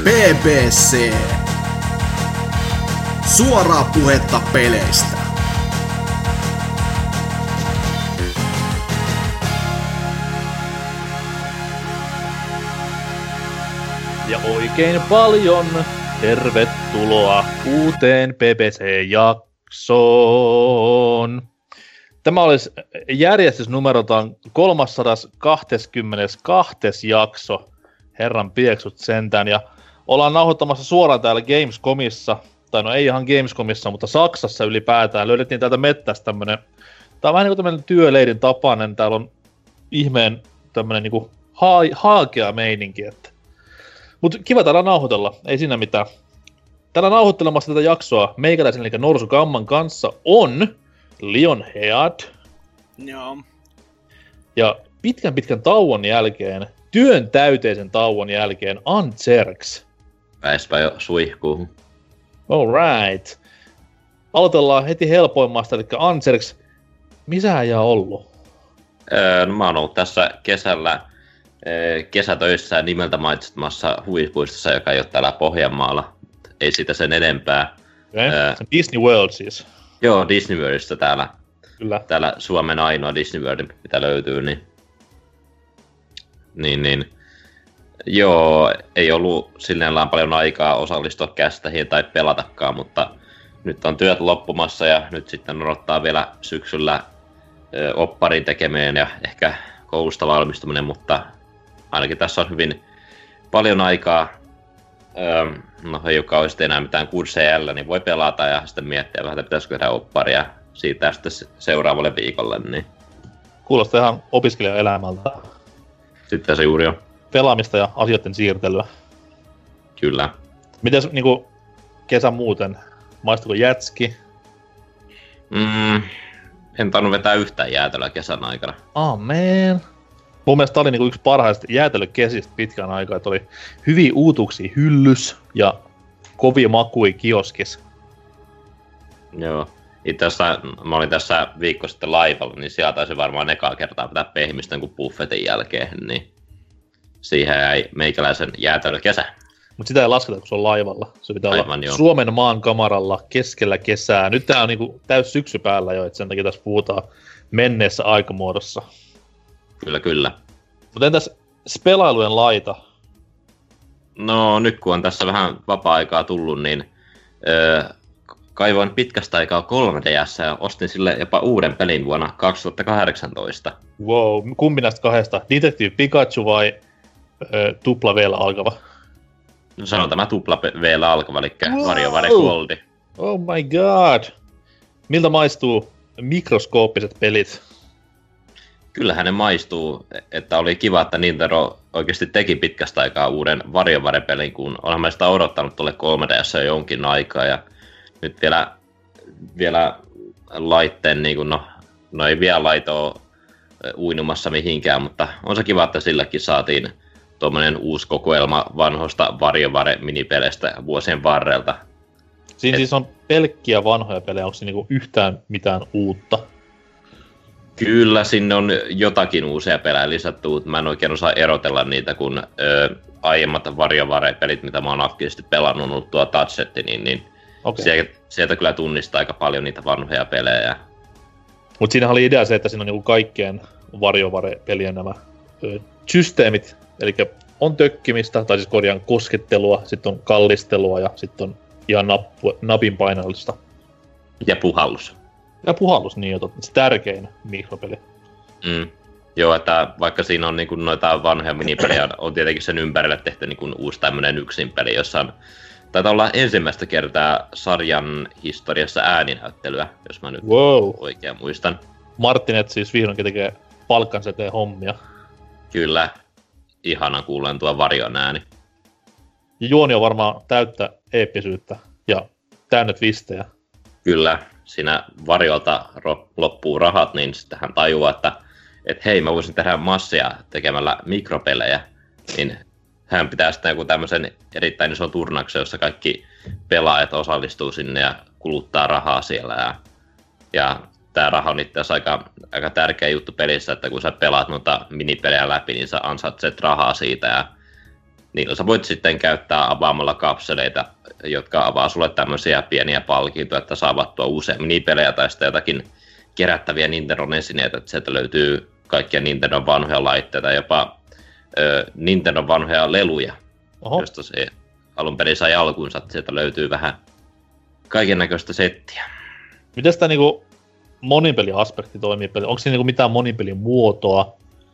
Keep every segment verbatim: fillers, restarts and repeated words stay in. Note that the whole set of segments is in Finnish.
B B C. Suoraa puhetta peleistä. Ja oikein paljon tervetuloa uuteen B B C-jaksoon. Tämä olisi järjestysnumerotaan kolmesataakaksikymmentäkaksi jakso, herran pieksut sentään, ja ollaan nauhoittamassa suoraan täällä Gamescomissa, tai no ei ihan Gamescomissa, mutta Saksassa ylipäätään. Löydettiin täältä mettästä tämmönen, tää on vähän niinku tämmönen työleirin tapainen, täällä on ihmeen tämmönen niinku ha- haakea meininki, että. Mut kiva täällä nauhoitella, ei siinä mitään. Täällä nauhoittelemassa tätä jaksoa meikäläisen eli Norsu Kamman kanssa on Leon Head. Joo. Ja pitkän pitkän tauon jälkeen, työn täyteisen tauon jälkeen, Antserks. Pääspä jo suihkuun. Alright. Aloitellaan heti helpoimmasta, eli Antserks. Missä jää ollut? Öö, no mä oon ollut tässä kesällä öö, kesätöissä nimeltä mainitsemassa huvipuistossa, joka ei ole täällä Pohjanmaalla. Ei siitä sen enempää. Okay. Öö, Disney World siis. Joo, Disney Worldista täällä. Kyllä. Täällä Suomen ainoa Disney World, mitä löytyy, niin... Niin, niin... Joo, ei ollut silleen paljon aikaa osallistua kästäihin tai pelatakaan, mutta nyt on työt loppumassa ja nyt sitten odottaa vielä syksyllä ö, opparin tekeminen ja ehkä koulusta valmistuminen, mutta ainakin tässä on hyvin paljon aikaa. Öö, no ei olekaan olisi enää mitään kursseja jällä, niin voi pelata ja sitten miettiä vähän, että pitäisikö tehdä opparia siitä sitten seuraavalle viikolle. Niin. Kuulostaa ihan opiskelijaelämältä. Sitten se juuri on. Pelaamista ja asioiden siirtelyä. Kyllä. Mites niinku kesä muuten? Maistuiko jätski? Mm, en tainnut vetää yhtään jäätelöä kesän aikana. Amen. Mun mielestä tää oli niinku yksi parhaista jäätelökesistä pitkään aikaa, että oli hyviä uutuksia hyllys ja kovia makui kioskis. Joo. Itse asiassa mä olin tässä viikko sitten laivalla, niin sieltä taisi varmaan ekaa kertaa pitää pehmistön kuin buffetin jälkeen, niin siihen jäi meikäläisen jäätelökesä. Mut sitä ei lasketa, kun se on laivalla. Se pitää Aivan, olla joo. Suomen maan kamaralla keskellä kesää. Nyt tää on niinku täys syksy päällä jo, et sen takia tässä puhutaan menneessä aikamuodossa. Kyllä, kyllä. Mut entäs pelailujen laita? No nyt kun on tässä vähän vapaa-aikaa tullut, niin öö, kaivoin pitkästä aikaa kolme D S ja ostin sille jopa uuden pelin vuonna kaksituhattakahdeksantoista. Wow, kumpi näistä kahdesta? Detective Pikachu vai öö, tupla V-llä alkava? No sanon tämä tupla V-llä alkava, eli wow. WarioWare Goldi. Oh my god! Miltä maistuu mikroskooppiset pelit? Kyllähän ne maistuu, että oli kiva, että Nintendo oikeasti teki pitkästä aikaa uuden WarioWare-pelin, kun onhan mä sitä odottanut tuolle kolme D S jo jonkin aikaa, ja nyt vielä, vielä laitteen, niin kuin, no, no ei vielä laitoa uinumassa mihinkään, mutta on se kiva, että silläkin saatiin tuommoinen uusi kokoelma vanhoista WarioWare-minipeleistä vuosien varrelta. Siinä Et, siis on pelkkiä vanhoja pelejä, onko siinä niinku yhtään mitään uutta? Kyllä, sinne on jotakin uusia pelejä lisätty, mutta mä en oikein osaa erotella niitä, kun ö, aiemmat WarioWare-pelit, mitä mä oon aktiivisesti pelannut, ollut tuo Touchetti, niin, niin okay. sieltä, sieltä kyllä tunnistaa aika paljon niitä vanhoja pelejä. Mut siinä oli idea se, että siinä on niinku kaikkien WarioWare-pelien nämä ö, systeemit, eli on tökkimistä, tai siis korjaan koskettelua, sitten on kallistelua ja sitten on ihan nappu, napin painallista. Ja puhallus. Ja puhallus, niin jo, se tärkein mikropeli. Mm. Joo, että vaikka siinä on niinku noita vanhoja minipelejä, on tietenkin sen ympärille tehty niinku uusi tämmönen yksinpeli, jossa on, taitaa olla ensimmäistä kertaa sarjan historiassa ääninäyttelyä, jos mä nyt wow. oikein muistan. Martinet siis vihdoinkin tekee palkkansa eteen hommia. Kyllä, ihana kuulen tuo Varion ääni. Ja juoni on varmaan täyttä eeppisyyttä ja täynnä twistejä. Kyllä, siinä Variolta loppuu rahat, niin sitten hän tajuaa, että et hei, mä voisin tehdä massia tekemällä mikropelejä, niin hän pitää sitten joku tämmöisen erittäin ison turnauksen, jossa kaikki pelaajat osallistuu sinne ja kuluttaa rahaa siellä. Ja, ja tää raha on itse asiassa aika, aika tärkeä juttu pelissä, että kun sä pelaat noita minipelejä läpi, niin sä ansaitset rahaa siitä. Ja niillä sä voit sitten käyttää avaamalla kapseleita, jotka avaa sulle tämmöisiä pieniä palkintoja, että saa avattua uusia minipelejä tai sitten jotakin kerättäviä Nintendon esineitä, että sieltä löytyy kaikkia Nintendon vanhoja laitteita, jopa ö, Nintendon vanhoja leluja, Oho. josta se alun perin sai alkuunsa, että sieltä löytyy vähän kaiken näköistä settiä. Miten tämä niinku monipeliaspekti toimii? Onko siinä niinku mitään monipelin muotoa?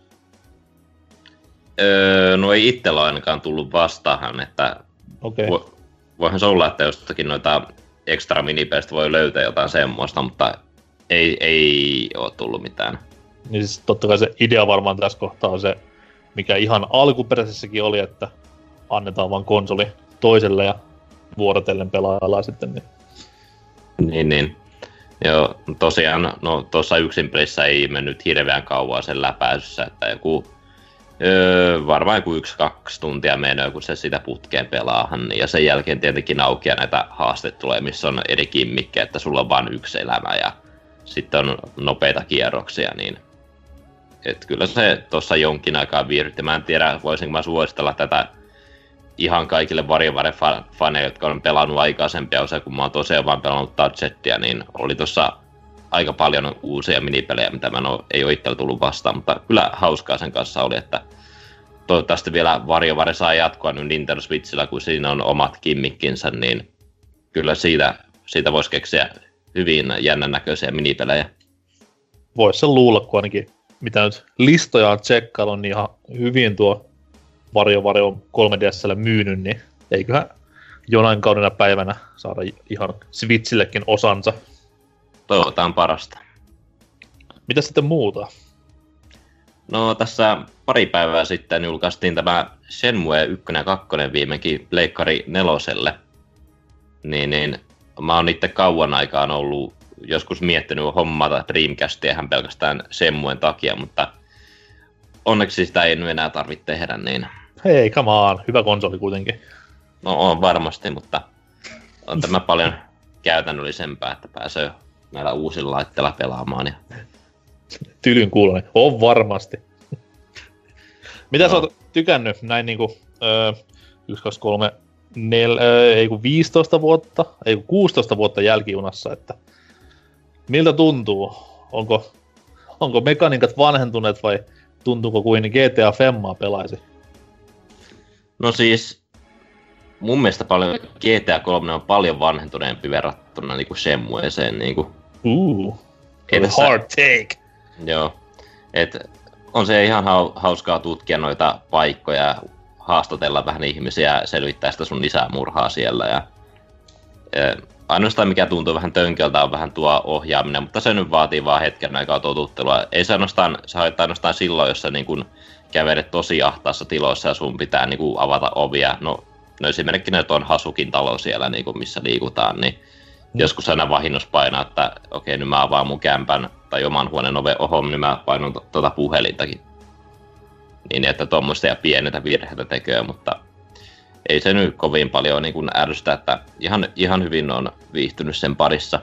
Öö, no ei itsellä ainakaan tullut vastaahan, että okay. vo, voihan se olla, että jostakin noita extra minipelistä voi löytää jotain semmoista, mutta ei, ei ole tullut mitään. Niin siis totta kai se idea varmaan tässä kohtaa on se, mikä ihan alkuperäisessäkin oli, että annetaan vaan konsoli toiselle ja vuorotellen pelaillaan sitten. Niin, niin. niin. Joo, tosiaan, no tuossa yksin pelissä ei mennyt hirveän kauan sen läpäisyssä, että joku Öö, varmaan joku yksi, kaksi tuntia menee, kun se sitä putkeen pelaahan, niin ja sen jälkeen tietenkin aukeaa näitä haasteet tulee, missä on eri kimmikkejä, että sulla on vain yksi elämä ja sitten on nopeita kierroksia, niin et kyllä se tuossa jonkin aikaa viihdytti. Mä en tiedä, voisinko mä suositella tätä ihan kaikille WarioWare-faneille, jotka on pelannut aikaisempia osia, kun mä oon tosiaan vaan pelannut Touchettia, niin oli tuossa aika paljon uusia minipelejä, mitä mä en oo, ei ole itsellä tullut vastaan, mutta kyllä hauskaa sen kanssa oli, että toivottavasti vielä WarioWare saa jatkoa nyt Nintendo Switchillä, kun siinä on omat kimmikkinsä, niin kyllä siitä, siitä voisi keksiä hyvin jännän näköisiä minipelejä. Vois sen luulla, kun ainakin mitä nyt listoja on tsekkaillut, niin ihan hyvin tuo WarioWare on kolme D S:llä myynyt, niin eiköhän jonain kaudena päivänä saada ihan Switchillekin osansa. Toivotaan parasta. Mitä sitten muuta? No tässä pari päivää sitten julkaistiin tämä Shenmue yksi ja kaksi viimeinkin Pleikkari neloselle. Niin, niin mä oon itse kauan aikaan ollut joskus miettinyt hommata Dreamcastia ihan pelkästään Shenmuen takia, mutta onneksi sitä ei enää tarvitse tehdä, niin... Hei, come on. Hyvä konsoli kuitenkin. No on varmasti, mutta on tämä paljon käytännöllisempää, että pääsee näillä uusilla laitteilla pelaamaan. Ja... Tylyn kuulonen. On varmasti. Mitä no. sä oot tykännyt näin niinku öö, yksi, kaksi, kolme, nel, öö, ei kun viisitoista vuotta, ei kun kuusitoista vuotta jälkijunassa, että miltä tuntuu? Onko, onko mekaniikat vanhentuneet vai tuntuuko kuin G T A Femmaa pelaisi? No siis mun mielestä paljon G T A kolme on paljon vanhentuneempi verrattuna niinku Shenmueseen niinku. Uh, hard take. Joo. Et on se ihan hauskaa tutkia noita paikkoja, haastatella vähän ihmisiä, selvittää sitä sun lisämurhaa siellä. Ja, ja ainoastaan mikä tuntuu vähän tönköltä on vähän tuo ohjaaminen, mutta se nyt vaatii vaan hetken aikaa totuttelua. Ei se ainoastaan, sä hoit ainoastaan silloin, jos sä niin kun kävelet tosi ahtaassa tiloissa ja sun pitää niin kun avata ovia. No, no esimerkkinä tuon Hasukin talo siellä, niin kun missä liikutaan, niin mm. joskus aina vahinnossa painaa, että okei, nyt mä avaan mun kämpän tai oman huoneen ove, oho, niin mä painan tuota puhelintakin. Niin, että tuommoista ja pienetä virheitä tekee, mutta ei se nyt kovin paljon niin kuin ärsytä, että ihan, ihan hyvin on viihtynyt sen parissa.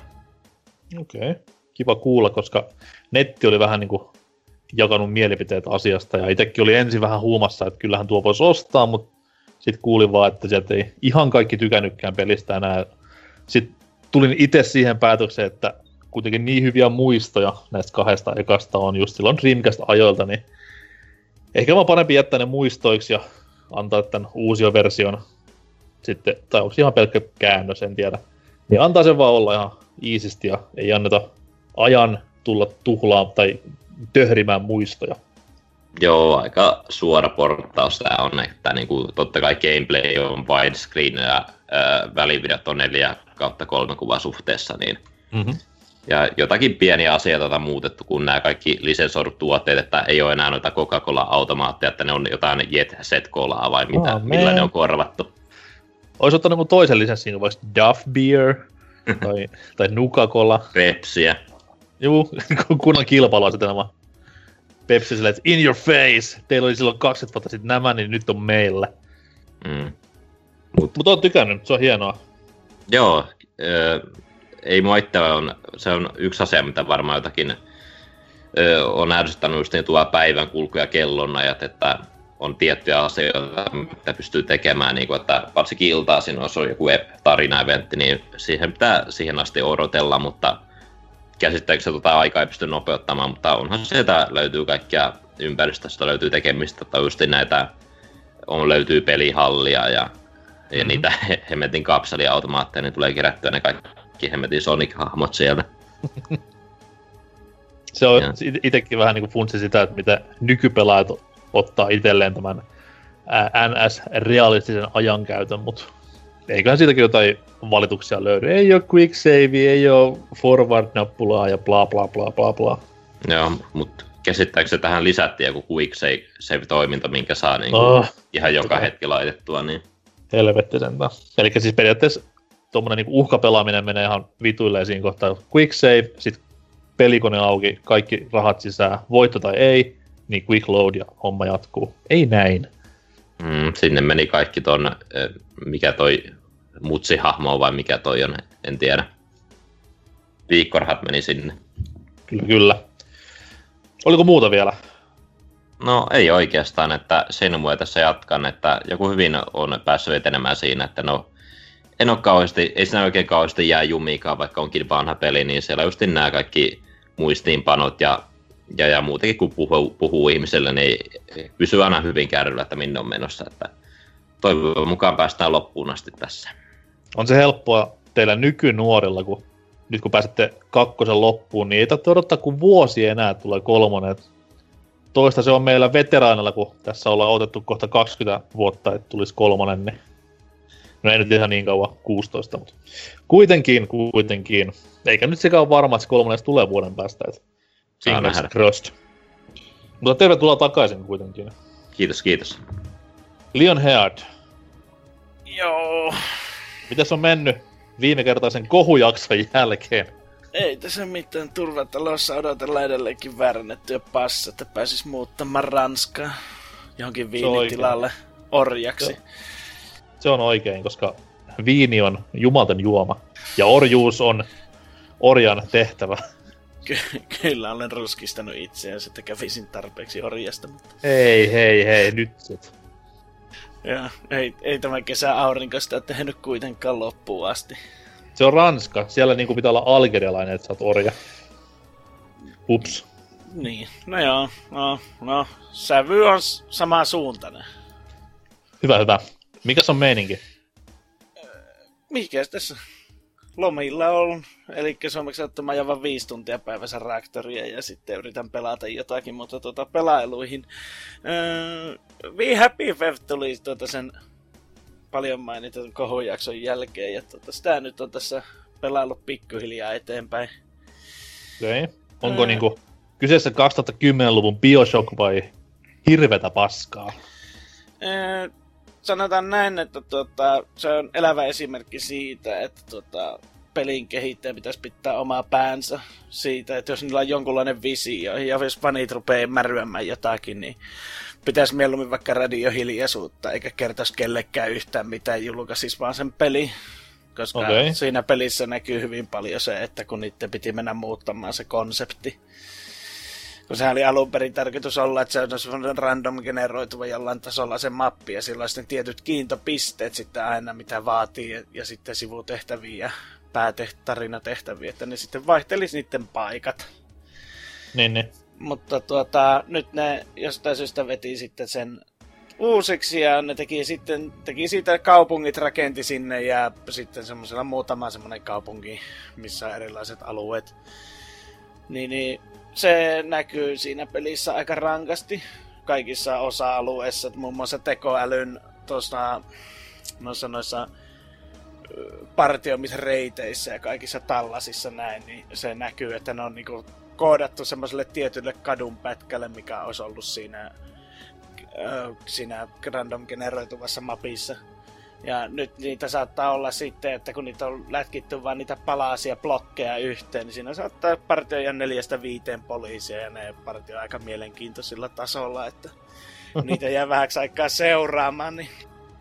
Okei, okay. Kiva kuulla, koska netti oli vähän niin kuin jakanut mielipiteet asiasta, ja itsekin oli ensin vähän huumassa, että kyllähän tuo voisi ostaa, mutta sitten kuulin vaan, että sieltä ei ihan kaikki tykännytkään pelistä enää. Sitten tulin itse siihen päätökseen, että kuitenkin niin hyviä muistoja näistä kahdesta ekasta on just silloin Dreamcast-ajoilta, niin ehkä vaan parempi jättää ne muistoiksi ja antaa tämän uusion version sitten, tai onko ihan pelkkä käännös, en tiedä. Niin antaa sen vaan olla ihan iisisti ja ei anneta ajan tulla tuhlaan tai töhrimään muistoja. Joo, aika suora portaus tää on, että niinku, totta kai gameplay on widescreen ja ää, välivideot on neljä kautta kolme kuva suhteessa, niin mm-hmm. ja jotakin pieniä asioita on muutettu, kun nämä kaikki lisensoidut tuotteet, että ei ole enää noita Coca-Cola-automaatteja, että ne on jotain Jet Set Colaa vai mitä, oh, millä ne on korvattu. Olisi ottanut joku toisen lisenssin, vaikka Duff Beer tai, tai Nuka-Cola. Pepsiä. Juu, kunnon kilpailuasetelma. Pepsi silleen, että in your face, teillä oli silloin kaksikymmentä vuotta sitten nämä, niin nyt on meillä. Mm. Mut Mut oon tykännyt, se on hienoa. Joo, äh, ei mua itsellä on, se on yksi asia, mitä varmaan jotakin ö, on ärsyttänyt just niin tuo päivän kulku ja kellonajat, että on tiettyjä asioita, mitä pystyy tekemään, niin kuin, että varsinkin iltaisin, jos on joku tarina-eventti, niin siihen pitää siihen asti odotella, mutta käsittääkseni tuota aikaa ei pysty nopeuttamaan, mutta onhan sieltä löytyy kaikkia ympäristöstä, löytyy tekemistä, tai just näitä, on, löytyy pelihallia ja, ja mm-hmm. niitä hemmetin kapseliautomaatteja, niin tulee kerättyä ne kaikki hemmetin Sonic-hahmot siellä. Se on itsekin vähän niin kuin funtsi sitä, että mitä nykypelaajat ottaa itselleen tämän N S-realistisen ajankäytön, mutta eiköhän siitäkin jotain valituksia löydy. Ei oo quick save, ei oo forward-nappulaa ja bla bla bla bla bla. Joo, mutta käsittääkseni tähän lisättiin joku quick save-toiminta, minkä saa niinku oh, ihan joka tota. hetki laitettua. Niin. Helvetti sentään. Elikkä siis periaatteessa tommonen niinku uhkapelaaminen menee ihan vituilleen siinä kohtaa. Quick save, sit pelikone auki, kaikki rahat sisään, voitto tai ei, niin quick load ja homma jatkuu. Ei näin. Mm, sinne meni kaikki ton, mikä toi mutsihahmo vai mikä toi on, en tiedä. Viikkorahat meni sinne. Kyllä, kyllä. Oliko muuta vielä? No ei oikeastaan, että Shenmue tässä jatkan, että joku hyvin on päässyt etenemään siinä, että no en ole kauheasti, ei siinä oikein kauheasti jää jumiikaan, vaikka onkin vanha peli, niin siellä just nämä kaikki muistiinpanot ja, ja, ja muutenkin kun puhuu, puhuu ihmiselle, niin pysyy aina hyvin kärryllä, että minne on menossa, että toivon mukaan päästään loppuun asti tässä. On se helppoa teillä nykynuorilla, kun nyt kun pääsette kakkosen loppuun, niin ei tarvitse odottaa kuin vuosi enää tulee kolmonen. Toista se on meillä veteraanilla, kun tässä ollaan otettu kohta kaksikymmentä vuotta, että tulisi kolmonen, niin no ei nyt ihan niin kauan, kuusitoista, mutta kuitenkin, kuitenkin. Eikä nyt sekään ole varma, että se kolmonen tulee vuoden päästä, että fingers crossed. Mutta tervetuloa takaisin kuitenkin. Kiitos, kiitos. Lionheart. Joo. Mitäs on mennyt viime kertaisen kohujakson jälkeen? Ei tässä mitään, turvatalossa odotellaan edelleenkin väärännettyä passia, että pääsis muuttamaan Ranskaan johonkin viinitilalle orjaksi. Se, se on oikein, koska viini on jumalten juoma ja orjuus on orjan tehtävä. Ky- kyllä olen ruskistanut itseään, että kävisin tarpeeksi orjasta. Mutta... Ei, hei, hei, nyt sit. Ja, ei, ei tämä kesä aurinko sitä tehnyt kuitenkaan loppuun asti. Se on Ranska. Siellä niinku pitää olla algerialainen, että sä oot orja. Ups. Niin. No joo. No, no. Sävy on sama suuntainen. Hyvä, hyvä. Mikäs on meininki? Mikäs tässä? Lomilla on. Elikkä suomeksi sanottuna ajan viisi tuntia päivässä reaktoria ja sitten yritän pelata jotakin, mutta tuota pelailuihin. Öö, We Happy Fev tuli tuota sen paljon mainitun kohujakson jälkeen ja tuota, sitä nyt on tässä pelaillut pikkuhiljaa eteenpäin. Okei. Okay. Onko öö... niinku kyseessä kaksituhattakymmenluvun BioShock vai hirvetä paskaa? Öö, sanotaan näin, että tuota, se on elävä esimerkki siitä, että tuota, pelin kehittäjä pitäisi pitää omaa päänsä siitä, että jos niillä on jonkunlainen visio ja jos fanit rupeaa märryämään jotakin, niin pitäisi mieluummin vaikka radiohiljaisuutta, eikä kertoisi kellekään yhtään mitään, julkaisis vaan sen peli. Koska okay. Siinä pelissä näkyy hyvin paljon se, että kun niiden piti mennä muuttamaan se konsepti. Kun sehän oli alun perin tarkoitus olla, että se on sellainen random generoituva jollain tasolla se mappi, ja sillä on sitten tietyt kiintopisteet sitten aina, mitä vaatii, ja, ja sitten sivutehtäviä ja päätarinatehtäviä, että ne sitten vaihtelisi niiden paikat. Niin, niin. Mutta tuota, nyt ne jostain syystä veti sitten sen uusiksi ja ne teki sitten teki siitä kaupungit, rakenti sinne ja sitten semmoisella muutama semmoinen kaupunki, missä on erilaiset alueet. Niin, niin se näkyy siinä pelissä aika rankasti kaikissa osa-alueissa, muun muassa tekoälyn tuossa noissa, noissa partioimisreiteissä ja kaikissa tallasissa näin, niin se näkyy, että ne on niinku koodattu semmoiselle tietylle kadunpätkälle, mikä olisi ollut siinä, äh, siinä random generoituvassa mapissa. Ja nyt niitä saattaa olla sitten, että kun niitä on lätkitty vaan niitä palasia blokkeja yhteen, niin siinä saattaa partioida neljästä viiteen poliisia ja ne partioi aika mielenkiintoisilla tasolla, että niitä jää vähäksi aikaa seuraamaan, niin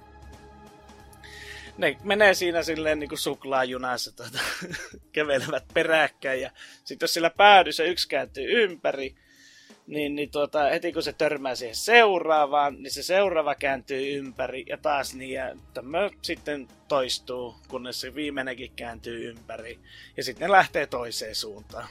ne menee siinä silleen niin kuin suklaajunassa tuota, kevelevät peräkkäin ja sitten jos sillä päädyssä yksi kääntyy ympäri, niin, niin tuota, heti kun se törmää siihen seuraavaan, niin se seuraava kääntyy ympäri ja taas niin, ja tämä sitten toistuu, kunnes se viimeinenkin kääntyy ympäri ja sitten ne lähtee toiseen suuntaan.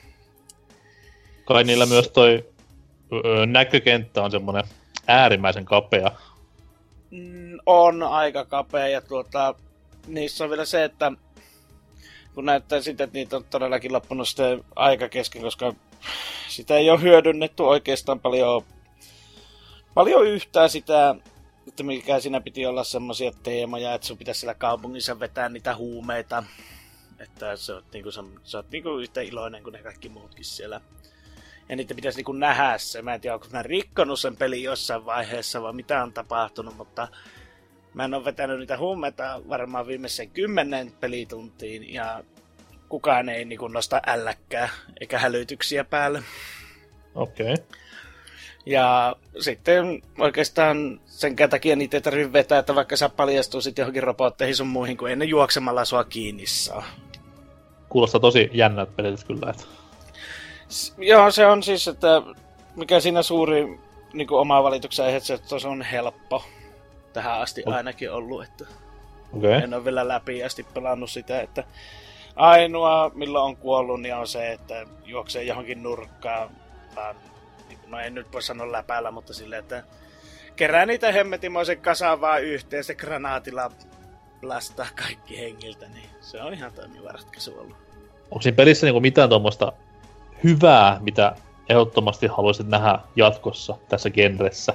Kai niillä myös toi öö, näkökenttä on semmonen äärimmäisen kapea. Mm, on aika kapea ja tuota, niissä on vielä se, että kun näyttää sitten, että niitä on todellakin loppunut sitten aika kesken, koska sitä ei ole hyödynnetty oikeastaan paljon, paljon yhtään sitä, että mikä siinä piti olla semmoisia teemoja, että sun pitäisi siellä kaupungissa vetää niitä huumeita, että sä oot, niinku, sä oot niinku yhtä iloinen kuin ne kaikki muutkin siellä. Ja niitä pitäisi niinku nähdä se. Mä en tiedä, onko mä rikkonut sen pelin jossain vaiheessa vai mitä on tapahtunut, mutta mä en ole vetänyt niitä huumeita varmaan viimeisen kymmenen pelituntiin ja kukaan ei niinku nosta älläkkää eikä hälytyksiä päälle. Okei. Okay. Ja sitten oikeastaan sen takia niitä ei tarvitse vetää, että vaikka sä paljastuisit johonkin robotteihin sun muihin, kun ei ne juoksemalla sua kiinni saa. Kuulostaa tosi jännät pelit kyllä, että... S- joo, se on siis, että mikä siinä suuri niin kuin oma valituksen aihe, että se on helppo. Tähän asti oh. ainakin ollut, että okay. En ole vielä läpi asti pelannut sitä, että ainoa milloin on kuollut niin on se, että juoksee johonkin nurkkaan, vaan, no en nyt voi sanoa läpäällä, mutta silleen, että kerää niitä hemmetimoisen kasaan vaan yhteen, se granaatilla blastaa kaikki hengiltä, niin se on ihan toimiva ratkaisu ollut. Onko siinä pelissä niinku mitään tuommoista hyvää, mitä ehdottomasti haluaisit nähdä jatkossa tässä genressä?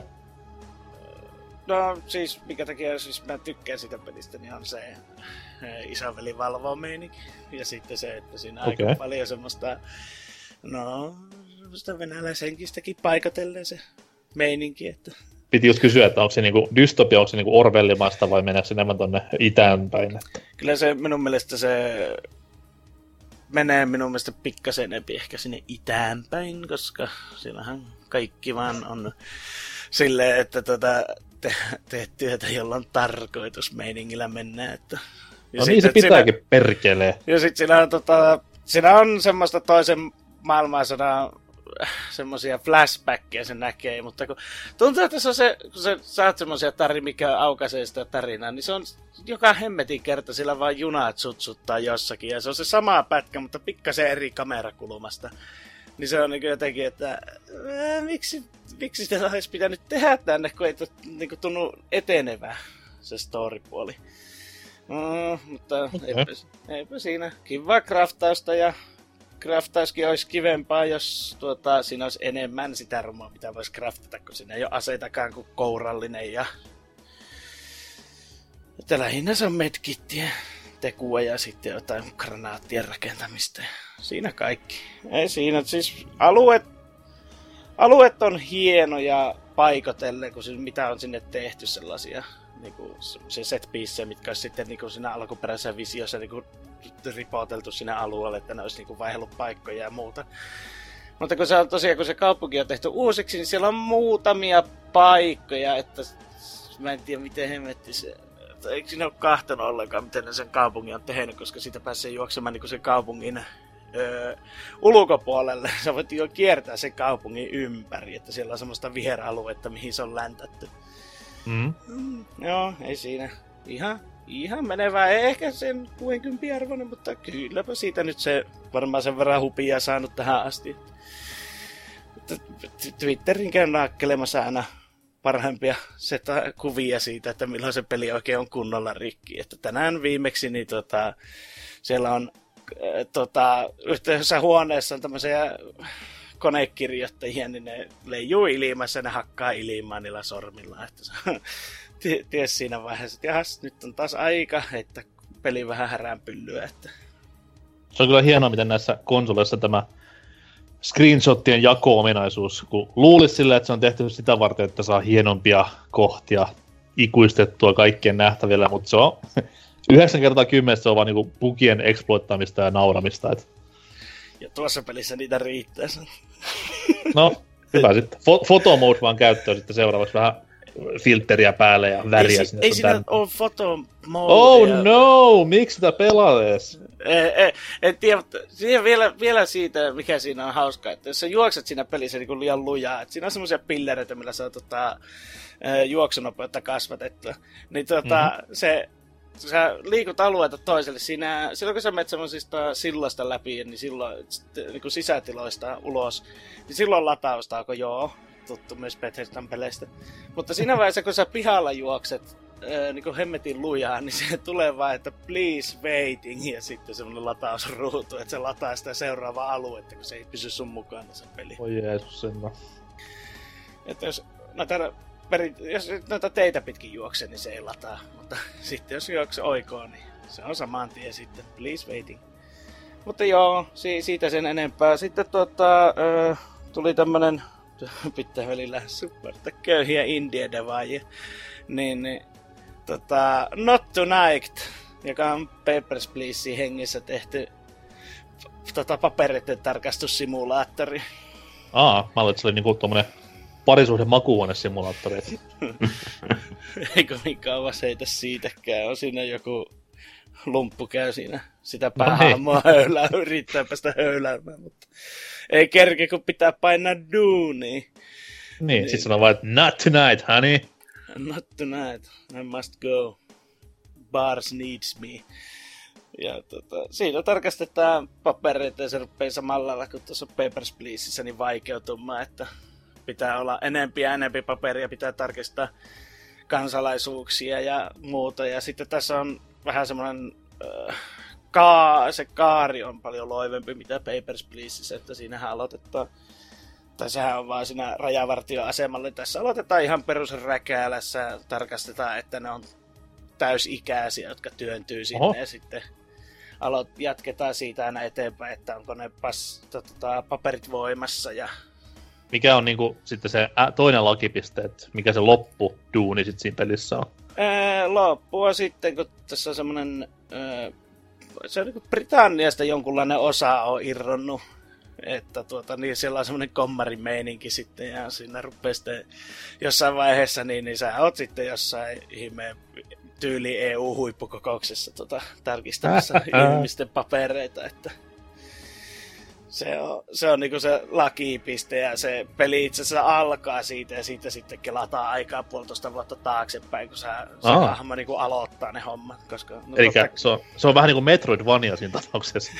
No siis, mikä takia siis mä tykkään sitä pelistä, niin on se isoveli valvoo meininki. Ja sitten se, että siinä okay. aika paljon semmoista, no, semmoista venäläisenkistäkin paikotellen se meininki, että... Piti just kysyä, että onko se niinku dystopia, onko se niinku Orwellimaista vai meneekö se enemmän tonne itään päin? Että... Kyllä se minun mielestä se menee minun mielestä pikkasen enempi ehkä sinne itään päin, koska sillähän kaikki vaan on silleen, että tota, te, teet työtä, jolla on tarkoitus meiningillä mennä. Että... No niin se pitääkin siinä... perkelee. Ja sit siinä on, tota, siinä on semmoista toisen maailmansodan semmoisia flashbackkejä se näkee, mutta kun tuntuu, että se on se, kun sä saat semmoisia tarinoita, mikä aukaisee sitä tarinaa, niin se on joka hemmetin kerta, sillä vaan junat sutsuttaa jossakin, ja se on se sama pätkä, mutta pikkasen eri kamerakulmasta. Niin se on niin jotenkin, että ää, miksi, miksi sitä olisi pitänyt tehdä tänne, kun ei niin kuin tunnu etenevää se storypuoli. Mm, mutta okay. eipä, eipä siinä. Kivaa kraftausta ja craftauskin olisi kivempaa, jos tuota, siinä olisi enemmän sitä rumaa, mitä voisi craftata, kun siinä ei ole aseitakaan kuin kourallinen ja... Että lähinnä se on medkittiä, tekua ja sitten jotain granaattien rakentamista. Siinä kaikki. Ei siinä, siis alueet, alueet on hienoja paikotellen, kun mitä on sinne tehty sellaisia niinku se set piece, mitkä olisi sitten niinku siinä alkuperäisessä visiossa niinku ripoteltu sinne alueelle, että ne olisi niinku vaihdellut paikkoja ja muuta. Mutta kun se on tosiaan, kun se kaupunki on tehty uusiksi, niin siellä on muutamia paikkoja, että mä en tiedä miten hemmetti se... Eikö siinä ole kahtanut ollenkaan, miten ne sen kaupungin on tehnyt, koska siitä pääsee juoksemaan niin sen kaupungin öö, ulkopuolelle. Sä voit jo kiertää sen kaupungin ympäri, että siellä on semmoista viheraluetta, mihin se on läntätty. Mm. Mm, joo, ei siinä. Ihan, ihan menevää. Ei ehkä sen kuusikymmentä arvoinen, mutta kylläpä siitä nyt se varmaan sen verran hupia saanut tähän asti. Twitterin käyn naakkelemassa aina parhaimpia seta kuvia siitä, että milloin se peli oikein on kunnolla rikki. Että tänään viimeksi niin tota, siellä on äh, tota, yhteisessä huoneessa on tämmöisiä konekirjoittajia, niin ne leijuu ilmassa ja ne hakkaa ilmaa niillä sormilla. Että se ties siinä vaiheessa, että jahas, nyt on taas aika, että peli vähän häränpyllyä. Että... Se on kyllä hienoa, miten näissä konsoleissa tämä screenshotien jako-ominaisuus, kun luulisi silleen, että se on tehty sitä varten, että saa hienompia kohtia ikuistettua kaikkien nähtävillä, mutta se on yhdeksän kertaa kymmenestä se on vaan niinku bugien exploittamista ja nauramista. Et... Ja tuossa pelissä niitä riittää. No, hyvä sitten. Fo- Photomode vaan käyttöön sitten seuraavaksi vähän filtteriä päälle ja väriä ei, sinne. Ei siinä ole photomodea. Oh no, miksi sitä pelaa edes? En, en tiedä, mutta vielä, vielä siitä, mikä siinä on hauskaa, että jos sä juokset siinä pelissä niin liian lujaa, että siinä on semmoisia pillereitä, millä saa tota, juoksunopeutta kasvatettua, niin tota, mm-hmm. se, sä liikut alueelta toiselle, siinä, silloin kun sä menet semmoisista sillasta läpi, niin silloin niin kuin sisätiloista ulos, niin silloin lataustaako joo, tuttu myös Bethesdan peleistä, mutta siinä vaiheessa, kun sä pihalla juokset, niin kuin hemmetin lujaa, niin se tulee vaan, että please waiting, ja sitten semmoinen latausruutu, että se lataa sitä seuraavaa aluetta, kun se ei pysy sun mukana se peli. Oi Jeesus, senna. Että jos noita, perin, jos noita teitä pitkin juoksee, niin se ei lataa, mutta sitten jos juoksee oikoon, niin se on saman tien sitten, please waiting. Mutta joo, si- siitä sen enempää. Sitten tuota, äh, tuli tämmönen, pitää välillä supporta köyhiä indie-devaajia, niin, niin Tota, Not Tonight, joka on Papers, Please hengissä tehty tota, paperitten tarkastussimulaattori. Aa, mä luulen, että se oli niinku tommonen parisuhde makuuhuonesimulaattori. Eikö niin kauas heitä siitäkään. On siinä joku lumppu käy siinä sitä päähaamoa no höylää, yrittää päästä höyläämään, mutta ei kerke, kun pitää painaa duunia. Niin, niin. Sit sanoo vaan, että not tonight, honey. Not tonight, I must go. Bars needs me. Ja tota, siinä tarkastetaan papereita ja se rupeaa samalla lailla kuin tuossa Papers, Pleaseissä niin vaikeutumaan, että pitää olla enempi ja enempi paperia, pitää tarkistaa kansalaisuuksia ja muuta. Ja sitten tässä on vähän semmoinen, äh, kaa, se kaari on paljon loivempi mitä Papers, Pleaseissä, että siinähän aloitetaan. Tai sehän on vaan siinä rajavartioasemalle. Tässä aloitetaan ihan perusräkäälässä, tarkastetaan, että ne on täysikäisiä, jotka työntyy sinne. Oho. Ja sitten aloit, jatketaan siitä aina eteenpäin, että onko ne pas, tota, paperit voimassa. Ja mikä on niinku sitten se ä, toinen lakipiste, että mikä se loppuduuni sitten siinä pelissä on? Ää, loppua sitten, kun tässä on semmonen, ää, se on niinku Britanniasta jonkunlainen osa on irronnut. Että tuota, niin siellä on semmoinen kommarimeininki sitten ja siinä rupeaa sitten jossain vaiheessa, niin, niin sä oot sitten jossain ihmeen tyyli E U-huippukokouksessa tota, tarkistamassa ihmisten papereita, että se on, se on niinku se lakipiste ja se peli itse asiassa alkaa siitä ja siitä sitten kelataan aikaa puolitoista vuotta taaksepäin, kun sä, se hahmo niinku aloittaa ne hommat. Koska, no elikkä totta... se, on, se on vähän niinku Metroidvania siinä tapauksessa.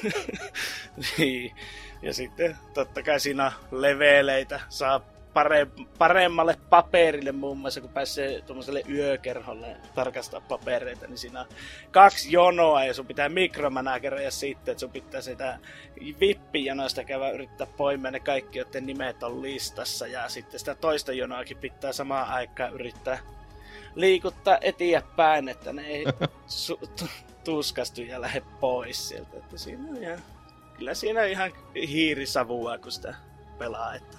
Niin. Ja sitten totta kai siinä on leveleitä, saa pare- paremmalle paperille muun muassa, kun pääsee tuommoiselle yökerholle tarkastaa papereita, niin siinä on kaksi jonoa ja sun pitää mikromanageroida sitten, että sun pitää sitä vippijanoista käydä yrittää poimia ne kaikki, joiden nimet on listassa ja sitten sitä toista jonoakin pitää samaan aikaan yrittää liikuttaa eteenpäin, että ne ei su- t- tuskastu ja lähde pois sieltä, että siinä on ihan... Kyllä siinä on ihan hiirisavua, kun sitä pelaa. Että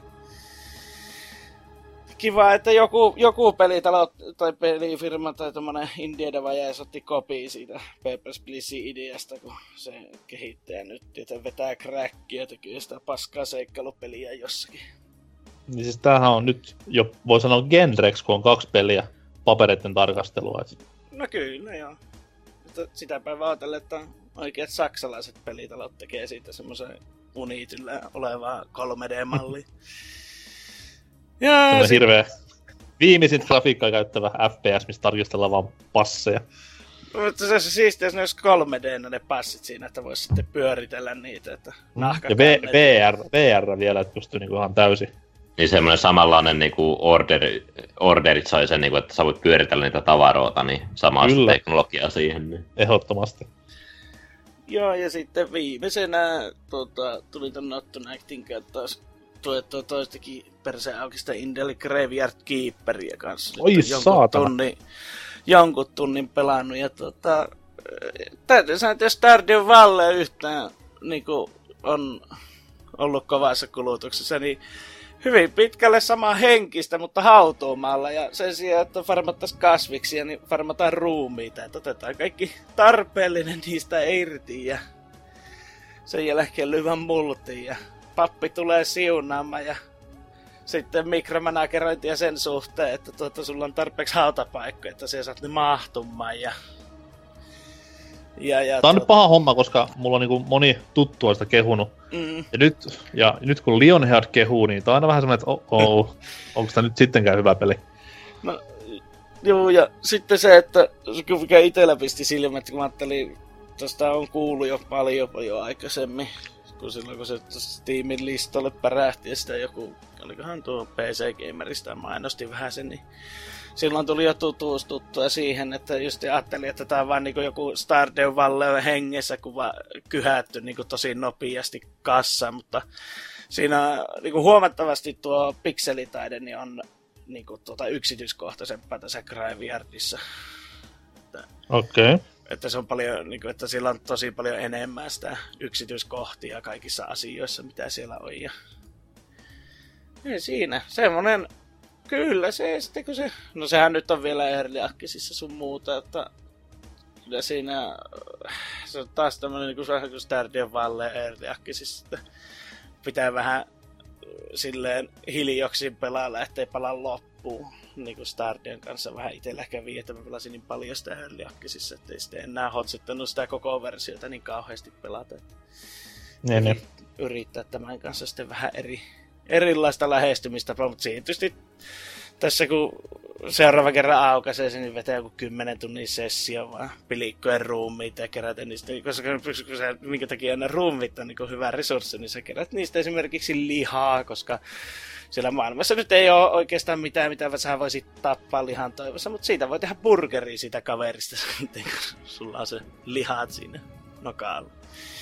kiva, että joku, joku pelitalo tai pelifirma tai tommonen indie-devaja otti kopii siitä Papers, Please-ideasta, kun se kehittäjä nyt tietää vetää crackia ja tekee sitä paskaa seikkailupeliä jossakin. Niin siis tämähän on nyt jo, voi sanoa genreksi, kun on kaksi peliä papereiden tarkastelua. No kyllä, joo. Mutta sitä päivää ajatellen, että oikeat saksalaiset pelitalot tekee siitä semmoisen Unitillä olevaa kolme D-mallia. Ja sit... hirveä viimeisin grafiikkaa käyttävä F P S, missä tarkistellaan vaan passeja. Mutta se on siistiä, jos ne olisi kolme D ne passit siinä, että voisi sitten pyöritellä niitä. Että ja v- VR, VR vielä, että pystyy niinku ihan täysin. Niin semmoinen samanlainen niinku order, orderit sai sen, niinku, että sä voit pyöritellä niitä tavaroita, niin samaa teknologiaa siihen. Niin. Ehdottomasti. Joo, ja sitten viimeisenä tota, tuli ton Not Tonight'in taas tuettua toistakin perseen aukista Indel Graveyard Keeperia kanssa. Oi saatana! Tunnin, jonkun tunnin pelannut, ja tota, täytyy sanoa, että jos Stardew Valley yhtään niinku, on ollut kovassa kulutuksessa, niin hyvin pitkälle sama henkistä, mutta hautuumalla. Ja sen sijaan, että farmattaisiin kasviksia, niin farmataan ruumiita. Että otetaan kaikki tarpeellinen niistä irti ja sen jälkeen lyvän multiin. Ja pappi tulee siunaamaan ja sitten mikromanagerointia sen suhteen, että tuota, sulla on tarpeeksi hautapaikkoja, että siellä saat ne mahtumaan. Ja, Ja, ja Tää on tuot... nyt paha homma, koska mulla on niinku moni tuttu on sitä kehunut. Mm. Ja, nyt, ja nyt kun Lionhead kehuu, niin tää on aina vähän semmonen, että oh, oh, onko tää nyt sittenkään hyvä peli? No, joo, ja sitten se, että mikä itellä pisti silmät, kun mä ajattelin, tästä on kuullut jo paljon paljon aikaisemmin, kun silloin kun se Steamin listalle pärähti ja sitä joku, olikohan tuo P C Gamerista mainosti vähän sen, niin silloin tuli jo tutustuttua siihen, että just ajattelin, että tää on vaan niinku joku Stardew Valley hengessä, kun vaan kyhätty niinku tosi nopeasti kassaan, mutta siinä niinku huomattavasti tuo pikselitaide niin on niinku tuota yksityiskohtaisempaa tässä Cryvyardissa. Okei. Okay. Että se on paljon, niinku, että sillä on tosi paljon enemmän sitä yksityiskohtia kaikissa asioissa, mitä siellä on. Ja... Ei siinä, semmonen... Kyllä se, sitten kun se... No sehän nyt on vielä Early Accessissa sun muuta, että... Kyllä siinä... Se on taas tämmönen niinku vähän kuin Stardew Valley Early Accessissa, että... Pitää vähän silleen hiljoksin pelailla, ettei pala loppuun. Niinku Stardewn kanssa vähän itellä kävi, että mä pelasin niin paljon sitä Early Accessissa, ettei sitten enää hotsittanut sitä koko versiota niin kauheasti pelata. Niin, niin. Yrittää tämän kanssa sitten vähän eri, erilaista lähestymistä, mutta tietysti tässä kun seuraava kerran aukaisee sen, niin vetää joku kymmenen tunnin sessio vaan pilikkojen ruumiita ja kerätä niistä, koska kun sä, minkä takia aina ruumit on niin hyvä resurssi, niin sä kerät niistä esimerkiksi lihaa, koska siellä maailmassa nyt ei ole oikeastaan mitään, mitä sä voisit tappaa lihan toivossa, mutta siitä voi tehdä burgeria siitä kaverista sitten, kun sulla on se lihat siinä nokaalla.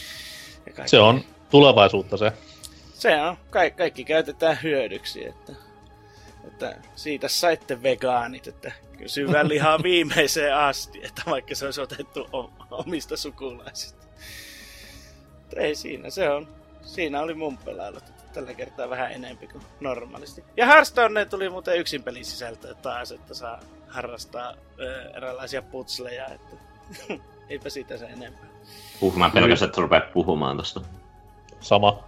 Se on tulevaisuutta se. Se on. Ka- kaikki käytetään hyödyksi, että, että siitä saitte vegaanit, että syvän lihaa viimeiseen asti, että vaikka se olisi otettu omista sukulaisista. Ei siinä, se on. Siinä oli mun pelailut. Tällä kertaa vähän enemmän kuin normaalisti. Ja Hearthstoneen tuli muuten yksin pelisisältöä taas, että saa harrastaa ö, erilaisia putsleja, että eipä siitä se enempää. Puh, mä pelkästään, että rupeat puhumaan tosta. Sama.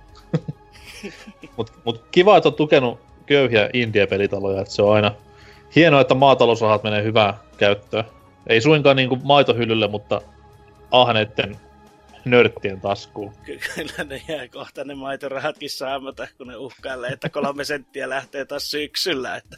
mut, mut kiva, että on tukenut köyhiä indie-pelitaloja, että se on aina hienoa, että maatalousrahat menee hyvään käyttöön. Ei suinkaan niinku maitohyllylle, mutta ahneitten nörttien taskuun. Kyllä ne jää kohta ne maitorahatkin saamatta, kun ne uhkailee, että kolme senttiä lähtee taas syksyllä. Että...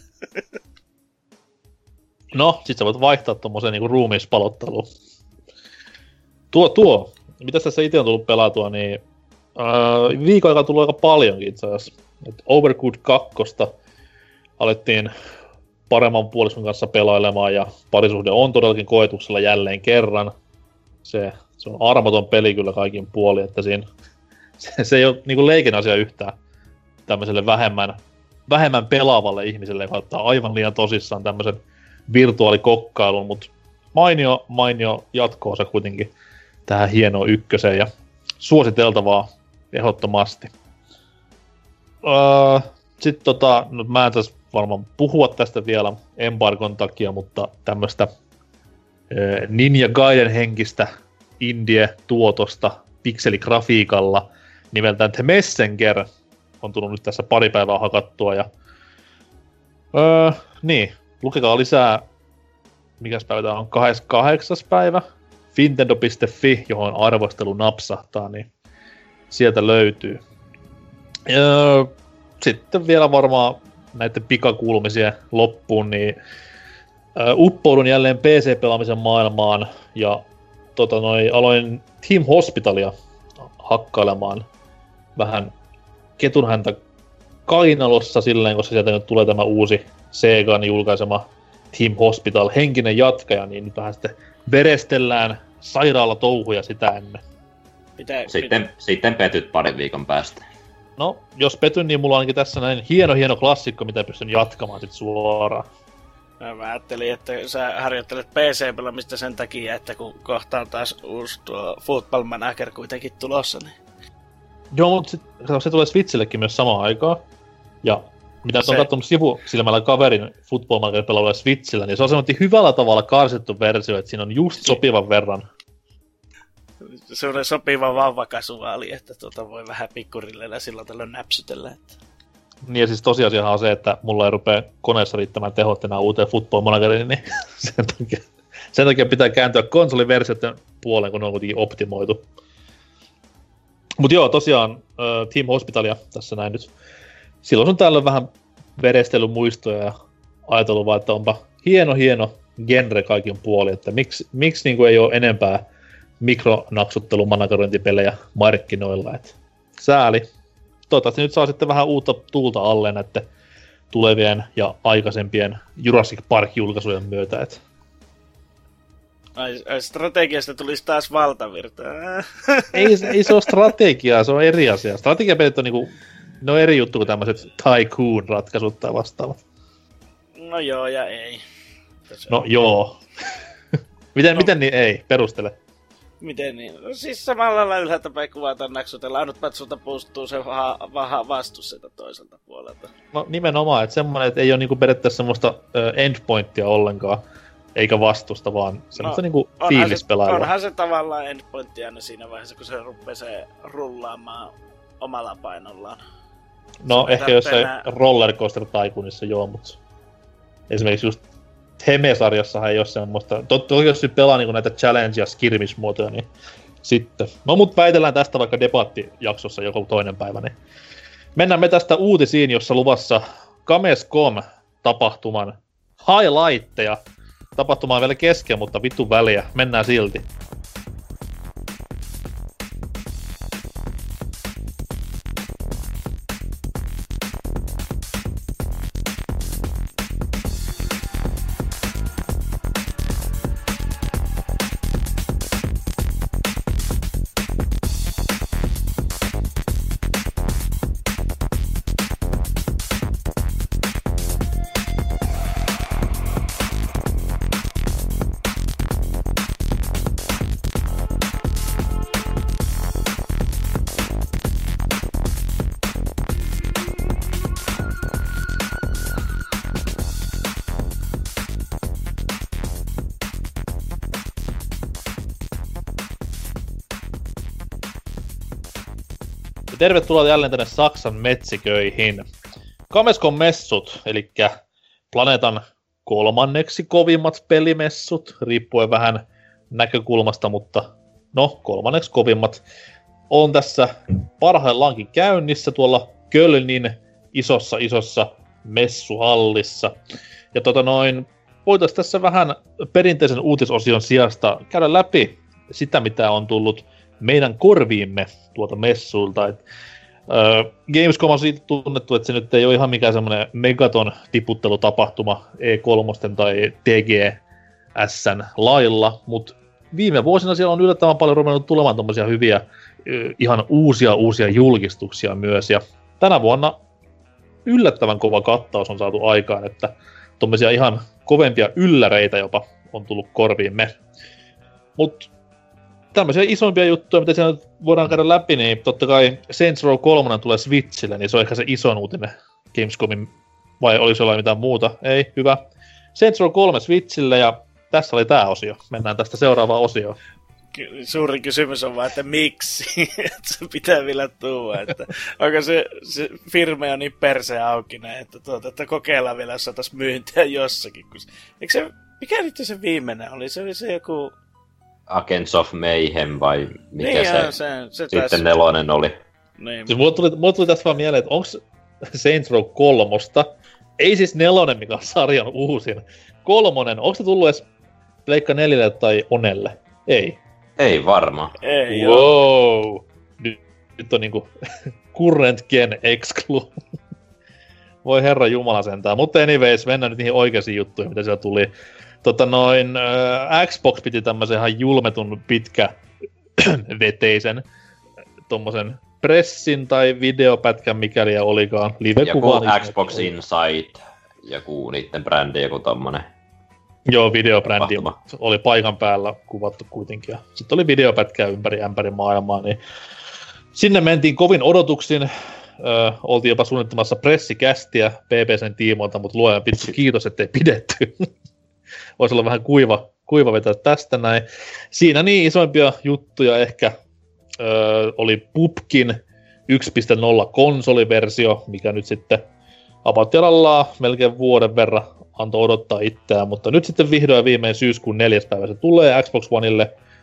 No, sit sä voit vaihtaa tommoseen niinku ruumiispalotteluun. Tuo, tuo. Mitäs tässä ite on tullut pelatua, niin äh, viikon aikaa on tullut aika paljonkin itse asiassa. Et Overcooked kaksi alettiin paremman puolison kanssa pelailemaan ja parisuhde on todellakin koetuksella jälleen kerran. Se, se on armoton peli kyllä kaikin puolin, että siinä se, se ei ole niinku leikin asia yhtään tämmöiselle vähemmän, vähemmän pelaavalle ihmiselle, joka ottaa aivan liian tosissaan tämmöisen virtuaalikokkailun, mutta mainio, mainio jatkoo se kuitenkin tähän hienoon ykköseen ja suositeltavaa ehdottomasti. Öö, Sitten tota, no mä en tässä varmaan puhua tästä vielä embargon takia, mutta tämmöistä öö, Ninja Gaiden henkistä indie-tuotosta pikseligrafiikalla nimeltään The Messenger on tullut nyt tässä pari päivää hakattua ja öö, niin, lukekaa lisää, mikäs päivä tää on, kahdeskymmeneskahdeksas päivä Fintendo piste fi, johon arvostelu napsahtaa, niin sieltä löytyy. Öö, sitten vielä varmaan näiden pikakuulumisien loppuun, niin öö, uppoudun jälleen P C-pelaamisen maailmaan ja tota, noi, aloin Team Hospitalia hakkailemaan vähän ketunhäntä kainalossa silleen, koska sieltä nyt tulee tämä uusi Segan julkaisema Team Hospital henkinen jatkaja, niin nyt vähän sitten verestellään sairaalatouhuja sitä ennen. Pitää, sitten, pitää. sitten petyt parin viikon päästä. No, jos petyn, niin mulla on ainakin tässä näin hieno hieno klassikko, mitä pystyn jatkamaan sit suoraan. Mä ajattelin, että sä harjoittelet P C-pelaamista sen takia, että kun kohta on taas uusi tuo Football Manager kuitenkin tulossa, niin... Joo, mutta sit, se tulee Switchillekin myös samaan aikaan. Ja mitä se... on katsonut sivusilmällä kaverin Football Manager pelaavalla Switchillä, niin se on semmoinen hyvällä tavalla karsittu versio, että siinä on just sopivan verran. Se on sopiva vauvakasuaali, että tuota voi vähän pikkurilleillä silloin tällöin näpsytellä. Että... Niin ja siis tosiasiahan on se, että mulla ei rupea koneessa riittämään tehot enää uuteen Football Manageriin, niin sen takia, sen takia pitää kääntyä konsoliversioiden puoleen, kun ne on kuitenkin optimoitu. Mut joo, tosiaan äh, Team Hospitalia tässä näin nyt. Silloin on täällä vähän verestellyt muistoja ja ajatellut vaan, että onpa hieno hieno genre kaikin puolin, että miksi, miksi niin ei ole enempää mikronaksuttelumanagerointipelejä markkinoilla, että sääli. Toivottavasti nyt saa sitten vähän uutta tuulta alle näiden tulevien ja aikaisempien Jurassic Park-julkaisujen myötä, että Ai, ai strategiasta tulisi taas valtavirta. ei, ei se ole strategiaa, se on eri asia. Strategiapelit on niinku, ne on eri juttu kuin tämmöiset Tycoon-ratkaisut tai vastaavat. No joo ja ei. No on? Joo. miten, no. miten niin ei? Perustele. Miten niin? No siis samalla lailla ylhäältä päin kuvataan naksutella. Ainut patsulta puuttuu se vaha, vaha vastus sieltä toiselta puolelta. No nimenomaan, että semmoinen, että ei ole niinku periaatteessa semmoista uh, endpointtia ollenkaan. Eikä vastusta, vaan semmoista no, niinku fiilispelailua. Onhan se tavallaan endpointti aina siinä vaiheessa, kun se rupeaa se rullaamaan omalla painollaan. No se ehkä jossain penää... Rollercoaster Tycoonissa joo, mutta esimerkiksi just Heme-sarjassahan ei oo semmoista. Toki jos pelaa niinku näitä challenge- ja skirmish-muotoja, niin sitten. No mut väitellään tästä vaikka debattijaksossa joku toinen päivä, niin mennään me tästä uutisiin, jossa luvassa Gamescom-tapahtuman highlightteja. Tapahtuma on vielä kesken, mutta vittu väliä. Mennään silti. Tervetuloa jälleen tänne Saksan metsiköihin. Gamescom-messut, eli planeetan kolmanneksi kovimmat pelimessut, riippuen vähän näkökulmasta, mutta no, kolmanneksi kovimmat, on tässä parhaillaankin käynnissä tuolla Kölnin isossa isossa messuhallissa. Ja tota noin, voitaisiin tässä vähän perinteisen uutisosion sijasta käydä läpi sitä, mitä on tullut meidän korviimme tuolta messuilta. Et, äh, Gamescom on siitä tunnettu, että se nyt ei ole ihan mikään semmoinen megaton tiputtelutapahtuma E kolme tai T G S:n lailla, mutta viime vuosina siellä on yllättävän paljon ruvennut tulemaan tommosia hyviä, äh, ihan uusia uusia julkistuksia myös, ja tänä vuonna yllättävän kova kattaus on saatu aikaan, että tommosia ihan kovempia ylläreitä jopa on tullut korviimme. Mut tämmöisiä isompia juttuja, mitä siellä voidaan käydä läpi, niin totta kai Saints Row kolme tulee Switchille, niin se on ehkä se isoin uutinen Gamescomin, vai olisi jollain mitään muuta? Ei, hyvä. Saints Row kolme Switchille, ja tässä oli tää osio. Mennään tästä seuraavaan osioon. Suurin kysymys on vaan, että miksi? Että se pitää vielä tuua, että onko se, se firma on niin perseen aukinen, että, tuota, että kokeillaan vielä, jos saataisiin myyntiä jossakin. Kun... Eikö se, mikä nyt se viimeinen oli? Se oli se joku... Agents of Mayhem vai mikä niin, se, se, se sitten taisi... nelonen oli. Niin. Siis mulle, tuli, mulle tuli tässä vaan mieleen, että onko Saints Row kolmosta, ei siis nelonen, mikä on sarjan uusin, kolmonen, onko se tullut edes Pleikka neljälle tai Onelle? Ei. Ei varmaan. Ei wow. Nyt, nyt on niinku current gen exclu. Voi herra jumala sentään. Mutta anyways, mennään nyt niihin oikeisiin juttuihin, mitä siellä tuli. Tota noin, äh, Xbox piti tämmösen ihan julmetun pitkä veteisen tommosen pressin tai videopätkän, mikäli olikaan live-kuvan. Joku Xbox Insight, joku niitten brändi, joku tommonen. Joo, videobrändi oli paikan päällä kuvattu kuitenkin. Sitten oli videopätkää ympäri ämpäri maailmaa, niin sinne mentiin kovin odotuksin. Öö, oltiin jopa suunnittamassa pressikästiä B B C:n tiimoilta, mutta luojan vittu kiitos, ettei pidetty. Voisi olla vähän kuiva, kuiva vetää tästä näin. Siinä niin isoimpia juttuja ehkä öö, oli Pupkin yksi piste nolla konsoliversio, mikä nyt sitten apattialallaan melkein vuoden verran antoi odottaa itseään, mutta nyt sitten vihdoin viimein syyskuun neljäs päivä se tulee Xbox Oneille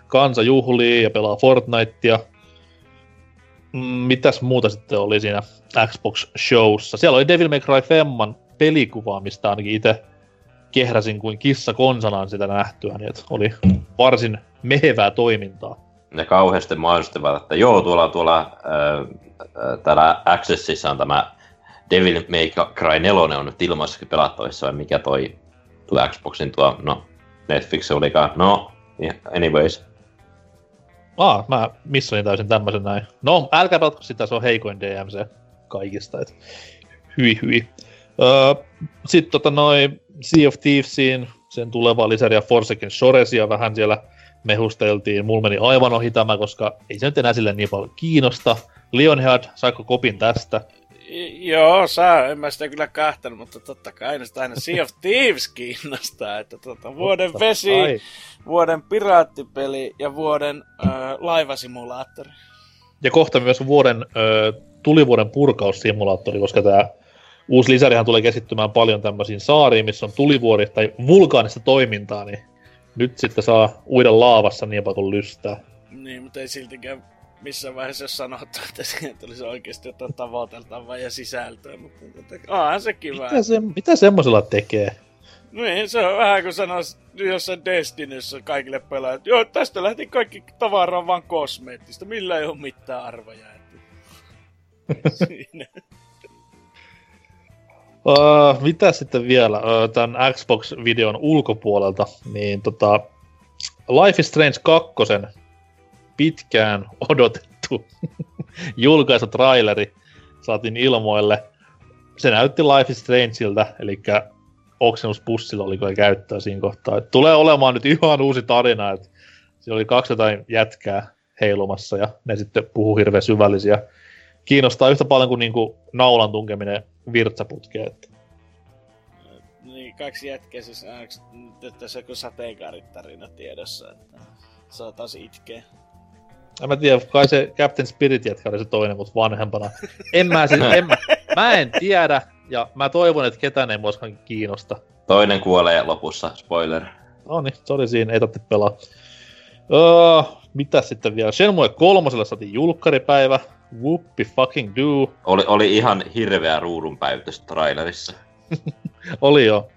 kansa juhlii ja pelaa Fortnitea. Mm, mitäs muuta sitten oli siinä Xbox-showssa? Siellä oli Devil May Cry Femman pelikuvaa, mistä ainakin itse kehräsin kuin kissa konsanaan sitä nähtyä, niin että oli varsin mehevää toimintaa. Ne kauheasti mainostivat, että joo, tuolla, tuolla äh, täällä Accessissa on tämä Devil May Cry neljä on nyt ilmaisesti pelattavissa, vai mikä toi tuo Xboxin tuo, no Netflix olikaan, no anyways. Ah, mä missasin täysin tämmösen näin. No, älkää pelatko sitä, se on heikoin D M C kaikista, et hyi hyi. Öö, sit tota noin Sea of Thievesin, sen tulevaa lisäriä Forsaken Shoresia vähän siellä mehusteltiin. Mulla meni aivan ohi tämä, koska ei se nyt enää sille niin paljon kiinnosta. Lionhead, saiko kopin tästä? Joo, saa. En mä sitä kyllä kähtänyt, mutta totta kai sitä aina Sea of Thieves kiinnostaa. Että tuota, vuoden totta vesi, kai. Vuoden piraattipeli ja vuoden äh, laivasimulaattori. Ja kohta myös vuoden äh, tulivuoden purkaussimulaattori, koska tää uusi lisärihän tulee keskittymään paljon tämmöisiin saariin, missä on tulivuori tai vulkaanista toimintaa, niin nyt sitten saa uida laavassa niin paljon kuin lystää. Niin, mutta ei siltikään missään vaiheessa jos sanottu, että siihen tulisi oikeasti jotain tavoiteltavaa ja sisältöä, mutta onhan se kiva. Mitä, se, mitä semmosella tekee? Niin, se on vähän kuin sanoisi jossain Destinyssä kaikille pelaajat, joo, tästä lähti kaikki tavaraa vaan kosmeettista, millä ei ole mitään arvoja. Siinä. Uh, mitä sitten vielä uh, tämän Xbox-videon ulkopuolelta, niin tota Life is Strange kaksi pitkään odotettu julkaisutraileri saatiin ilmoille. Se näytti Life is Strangeiltä, eli oksennuspussilla oli kyllä käyttöä siinä kohtaa. Et tulee olemaan nyt ihan uusi tarina, että siinä oli kaksi jotain jätkää heilumassa ja ne sitten puhuu hirveän syvällisiä. Kiinnostaa yhtä paljon kuin niinku naulan tunkeminen virtsaputkeen. Niin, kaksi jätkeä siis, että se on sateenkaaritarina tiedossa, että saa taas itkeä. En mä tiedä, kai se Captain Spirit jätkä oli se toinen, mutta vanhempana. En mä siis, en mä, mä en tiedä, ja mä toivon, että ketään ei muiskaan kiinnosta. Toinen kuolee lopussa, spoiler. No niin, se oli siinä, ei tarvitse pelaa. Öö, mitäs sitten vielä? Shenmue kolmosella saatiin julkkaripäivä. Whoopi fucking do. Oli, oli ihan hirveä ruudunpäytös trailerissa. Oli jo.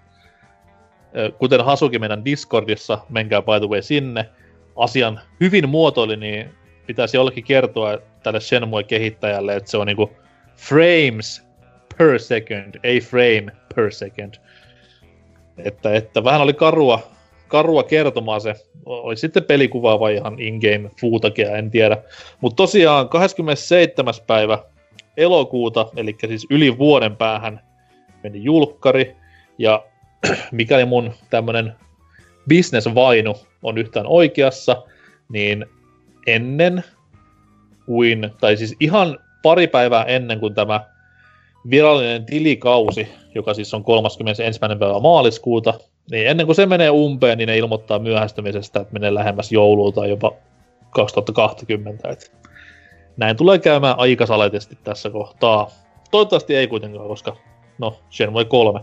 Kuten Hasuki meidän Discordissa, menkää by the way sinne, asian hyvin muotoili, niin pitäisi jollekin kertoa tälle Shenmue-kehittäjälle, että se on niinku frames per second, ei frame per second. Että, että vähän oli karua, karua kertomaa se. Oli sitten pelikuvaa vai ihan in-game footakea, en tiedä. Mutta tosiaan kahdeskymmenesseitsemäs päivä elokuuta, eli siis yli vuoden päähän meni julkkari. Ja mikäli mun tämmönen business-vainu on yhtään oikeassa, niin ennen kuin, tai siis ihan pari päivää ennen kuin tämä virallinen tilikausi, joka siis on kolmaskymmenesensimmäinen päivä maaliskuuta, niin ennen kuin se menee umpeen, niin ne ilmoittaa myöhästymisestä, että menee lähemmäs joulua tai jopa kaksituhattakaksikymmentä. Et näin tulee käymään aikasaletesti tässä kohtaa. Toivottavasti ei kuitenkaan, koska no, Shenmue kolme.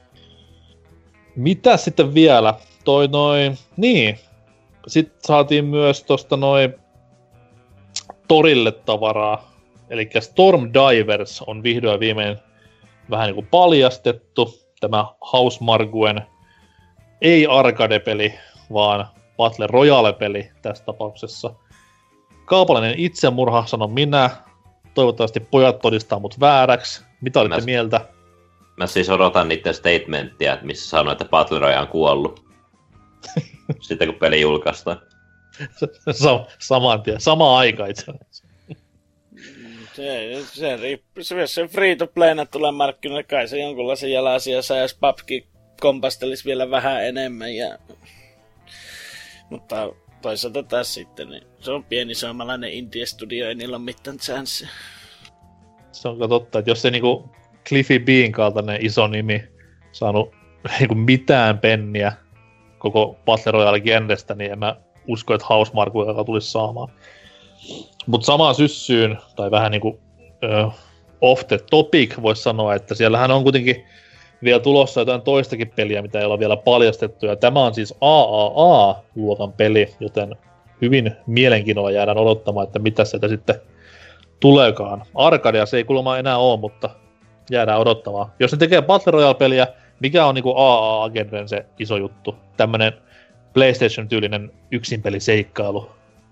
Mitä sitten vielä? Toi noin, niin. Sitten saatiin myös tosta noin torille tavaraa. Eli Storm Divers on vihdoin viimein vähän niinku paljastettu. Tämä Housemarquen ei arcade-peli, vaan Battle Royale-peli tässä tapauksessa. Kaupallinen itsemurha, sanon minä. Toivottavasti pojat todistaa mut vääräksi. Mitä olitte mä, mieltä? Mä siis odotan niiden statementtia, missä sanoo, että Battle Royale on kuollut. Sitten kun peli julkaistaan. Sam- saman tien, sama aika itse asiassa. Se, se riippuu, jos se free-to-playna tulee markkinoille, kai se jonkunlaisen jalasia saa, jos P U B G kompastelisi vielä vähän enemmän. Ja... Mutta toisaalta taas sitten, niin se on pieni suomalainen indie-studio, ei niillä ole mitään chanssia. Se on totta, että jos se niinku Cliffy Bean kaltainen iso nimi saanut niinku mitään penniä koko Battle Royale-genrestä, niin en mä usko, että Housemarque tulisi saamaan. Mutta samaan syssyyn, tai vähän niinku uh, off the topic, voisi sanoa, että siellähän on kuitenkin vielä tulossa jotain toistakin peliä, mitä ei ole vielä paljastettu, ja tämä on siis A A A-luokan peli, joten hyvin mielenkiinnolla jäädään odottamaan, että mitä sieltä sitten tuleekaan. Arcadia se ei kuulemma enää ole, mutta jäädään odottamaan. Jos ne tekee Battle Royale-peliä, mikä on niinku A A A-genren se iso juttu? Tämmönen PlayStation-tyylinen yksinpeliseikkailu.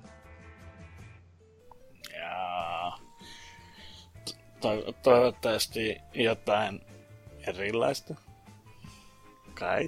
Jaa. To- toivottavasti jotain erilaista. Kait.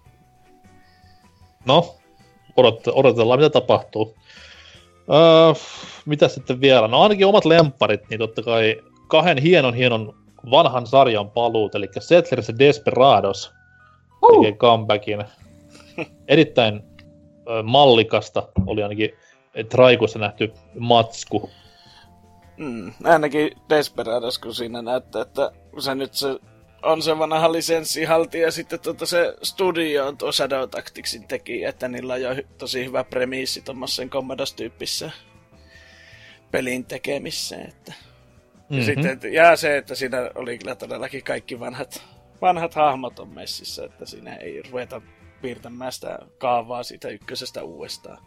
No, odot- odotellaan mitä tapahtuu. Öö, mitä sitten vielä? No ainakin omat lempparit, niin totta kai kahden hienon hienon vanhan sarjan paluut, eli Settlers ja Desperados uh. tekee comebackin. Erittäin ö, mallikasta oli ainakin Traikussa nähty matsku. Mm, ainakin Desperados, kun siinä näyttää, että se nyt se on se vanha lisenssihaltija ja sitten tuota se studio on tuo Shadow Tacticsin tekijä, että niillä on jo hy- tosi hyvä premiissi tuommoisen Commandos-tyyppissä pelin tekemiseen. Että. Mm-hmm. Ja sitten jää se, että siinä oli kyllä todellakin kaikki vanhat, vanhat hahmot on messissä, että siinä ei ruveta piirtämään sitä kaavaa siitä ykkösestä uudestaan.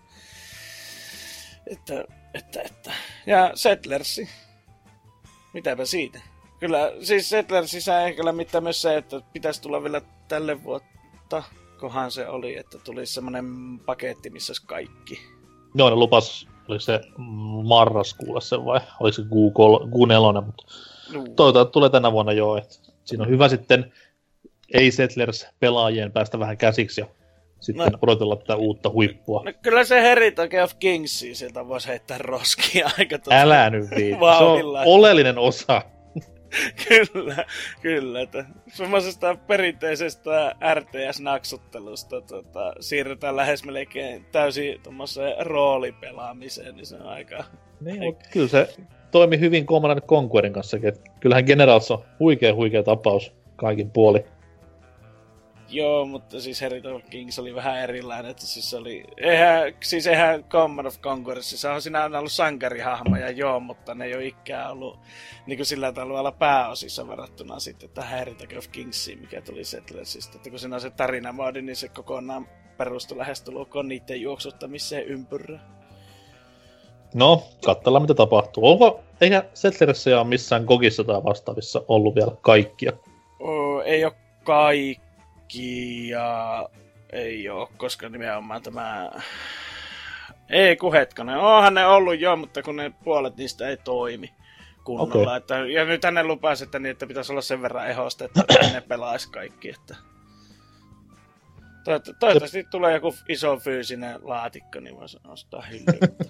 Että, että, että. Ja Settlersi. Mitäpä siitä? Kyllä, siis Settlersissä ei kyllä mitään myös se, että pitäisi tulla vielä tälle vuotta, kohan se oli, että tulisi semmoinen paketti, missä olisi kaikki. Joo, ne lupas, oliko se marraskuulla se vai oliko se Q neljä, mutta no. Toivotaan, tulee tänä vuonna jo. Että siinä on hyvä sitten ei-Settlers-pelaajien päästä vähän käsiksi ja sitten no. odotella tätä uutta huippua. No kyllä se Heritage of Kingsia sieltä voisi heittää roskia aika tosi. Älä nyt viitti, se on oleellinen osa. Kyllä, kyllä. Että semmoisesta perinteisestä R T S-naksuttelusta tota, siirrytään lähes melkein täysin tuommoiseen roolipelaamiseen, niin se on aika... Niin, mutta kyllä se toimi hyvin Command and Conquerin kanssa. Kyllähän Generals on huikea, huikea tapaus kaikin puoli. Joo, mutta siis Heritage of Kings oli vähän erilainen, että siis oli... Eihän, siis eihän Command of Conquerissa, on siinä ollut sankarihahmoja, joo, mutta ne ei ole ikään ollut niin kuin sillä tavalla pääosissa verrattuna sitten tähän Heritage of Kingsiin, mikä tuli Settlersista. Että kun siinä on se tarinamoodi, niin se kokonaan perustui lähestulkoon niiden juoksuttamiseen ympyrään. No, katsellaan mitä tapahtuu. Onko, eikä Settlersia ole missään Gogissa tai vastaavissa ollut vielä kaikkia? Oh, ei ole kaikkia. Ja ei oo, koska nimenomaan tämä... Ei kun hetkonen, onhan ne ollut jo, mutta kun ne puolet niistä ei toimi kunnolla. Okay. Että, ja nyt ne lupasi, että, niin, että pitäisi olla sen verran ehosta, että ne pelaisi kaikki. Että... Toivott- toivottavasti Jep. tulee joku iso fyysinen laatikko, niin voisi ostaa hyllyyn.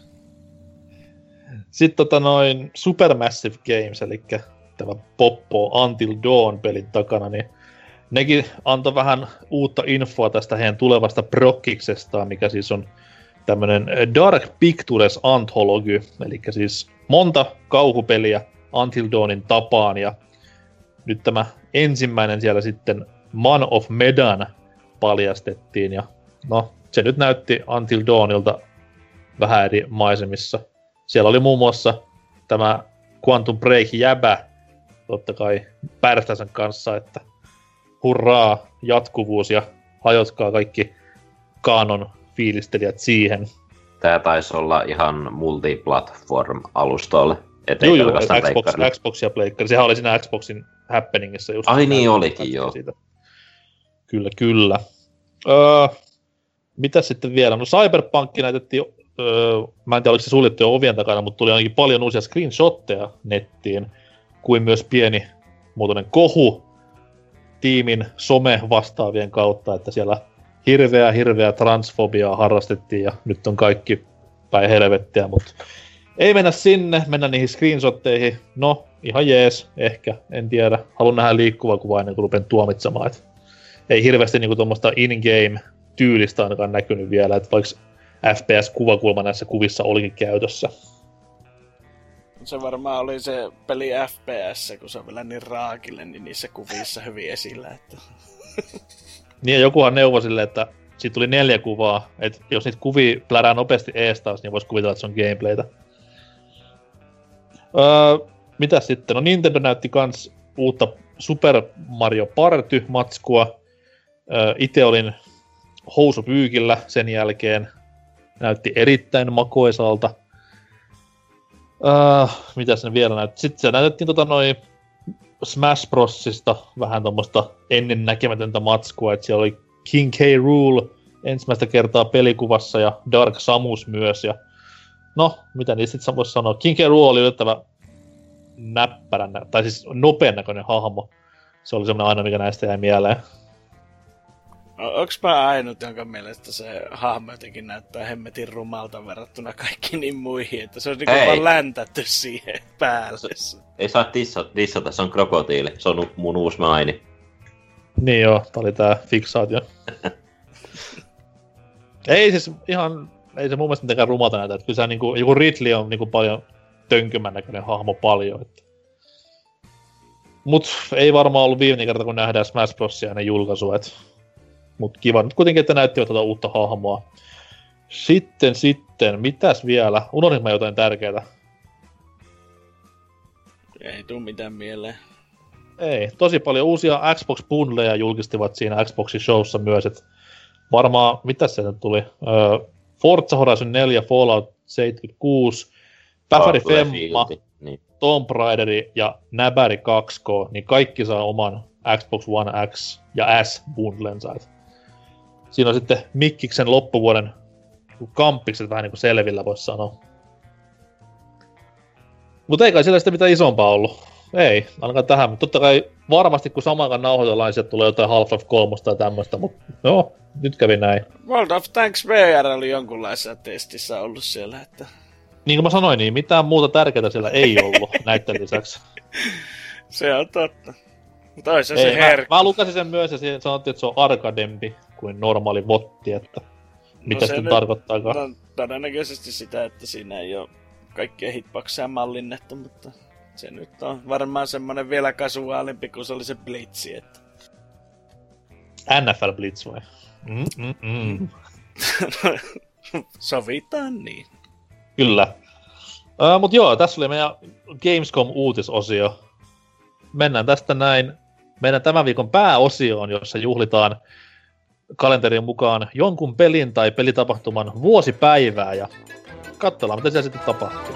Sitten tota noin Supermassive Games, eli tämä Poppo Until Dawn-pelin takana, niin nekin antoi vähän uutta infoa tästä heidän tulevasta prokkiksestaan, mikä siis on tämmönen Dark Pictures Anthology, eli siis monta kauhupeliä Until Dawnin tapaan, ja nyt tämä ensimmäinen siellä sitten Man of Medan paljastettiin, ja no, se nyt näytti Until Dawnilta vähän eri maisemissa. Siellä oli muun muassa tämä Quantum Break-jäbä, totta kai Pärtäsen kanssa, että hurraa, jatkuvuus ja hajotkaa kaikki kaanon fiilistelijät siihen. Tää taisi olla ihan multiplatform-alustoille. Joo, joo, Xbox, Xbox ja Pleikkari. Sehän oli siinä Xboxin happeningissa just. Ai niin olikin, joo. Siitä. Kyllä, kyllä. Öö, mitä sitten vielä? No Cyberpunk näytettiin, öö, mä en tiedä oliko se suljettu jo ovien takana, mutta tuli ainakin paljon uusia screenshotteja nettiin, kuin myös pieni muotoinen kohu tiimin some-vastaavien kautta, että siellä hirveä, hirveä transfobiaa harrastettiin ja nyt on kaikki päin helvettiä, mutta ei mennä sinne, mennä niihin screenshotteihin. No, ihan jees, ehkä, en tiedä. Haluan nähdä liikkuvaa kuvaa ennen kuin rupen tuomitsemaan. Et ei hirveästi niinku tuommoista in-game-tyylistä ainakaan näkynyt vielä, että vaikka F P S-kuvakulma näissä kuvissa olikin käytössä. Se varmaan oli se peli F P S, kun se on vielä niin raakille, niin niissä kuvissa hyvin esillä. Että... Niin, ja jokuhan neuvoi silleen, että siitä tuli neljä kuvaa, että jos niitä kuvia plärää nopeasti ees taas, niin voisi kuvitella, että se on gameplaytä. Öö, mitäs sitten? No Nintendo näytti kans uutta Super Mario Party-matskua. Öö, Itse olin housupyykillä sen jälkeen. näytti erittäin makoisalta. Uh, mitäs ne vielä näytti? Sitten se näytettiin tota noin Smash Brosista vähän tommoista ennennäkemätöntä matskua, että siellä oli King K. Rool ensimmäistä kertaa pelikuvassa ja Dark Samus myös. Ja no, mitä niistä sitten voisi sanoa? King K. Rool oli yllättävän näppärän, tai siis nopean näköinen hahmo. Se oli semmoinen aina, mikä näistä jäi mieleen. Onks mä ainut, jonka mielestä se hahmo jotenkin näyttää hemmetin rumalta verrattuna kaikkiin niin muihin, että se on niinku vaan läntätty siihen päälle. Ei saa dissata, dissata, se on krokotiili, se on mun uusi maini. Niin joo, tää oli tää fiksaatio. Ei siis ihan, ei se mun mielestä mitenkään rumalta näytä, että kyllä se niinku, joku Ridley on niinku paljon tönkymän näköinen hahmo paljon, että. Mut ei varmaan ollut viimeinen kerta, kun nähdään Smash Brosia ennen julkaisua, et. Mut kiva nyt kuitenkin, että näyttivät tuota uutta hahmoa. Sitten, sitten, mitäs vielä? Unohdin mä jotain tärkeää? Ei tuu mitään mieleen. Ei, tosi paljon uusia Xbox-bundleja julkistivat siinä Xboxin showssa myös, et varmaan, mitäs se nyt tuli? Öö, Forza Horizon neljä, Fallout seitsemänkymmentäkuusi, Päfäri Femma, niin. Tomb Raideri ja Näbäri kaksi K, niin kaikki saa oman Xbox One X ja S-bundlensa. Siinä on sitten Mikkiksen loppuvuoden kamppikset vähän niinku selvillä, vois sanoa. Mut ei kai sillä sitä mitään isompaa ollut. Ei, ainakaan tähän. Mutta totta kai varmasti kun samaan aikaan nauhoitellaan, niin sieltä tulee jotain Half-Life kolme tai tämmöstä, mut joo, nyt kävi näin. World of Tanks V R oli jonkunlaisessa testissä ollut siellä, että. Niin kuin mä sanoin, niin mitään muuta tärkeää siellä ei ollut näitten lisäksi. Se on totta. Mutta ois se herkku. Mä, mä lukasin sen myös ja siihen sanottiin, että se on arkadempi kuin normaali votti, että mitä no se nyt tarkoittaakaan. No, todennäköisesti sitä, että siinä ei oo kaikkia hitboxeja mallinnettu, mutta se nyt on varmaan semmonen vielä kasuaalimpi kuin se oli se Blitzi, että. N F L Blitz vai? Mm-mm-mm. Sovitaan niin. Kyllä. Uh, mut joo, tässä oli meidän Gamescom-uutisosio. Mennään tästä näin meidän tämän viikon pääosioon, jossa juhlitaan kalenterin mukaan jonkun pelin tai pelitapahtuman vuosipäivää ja katsotaan, mitä siellä sitten tapahtuu.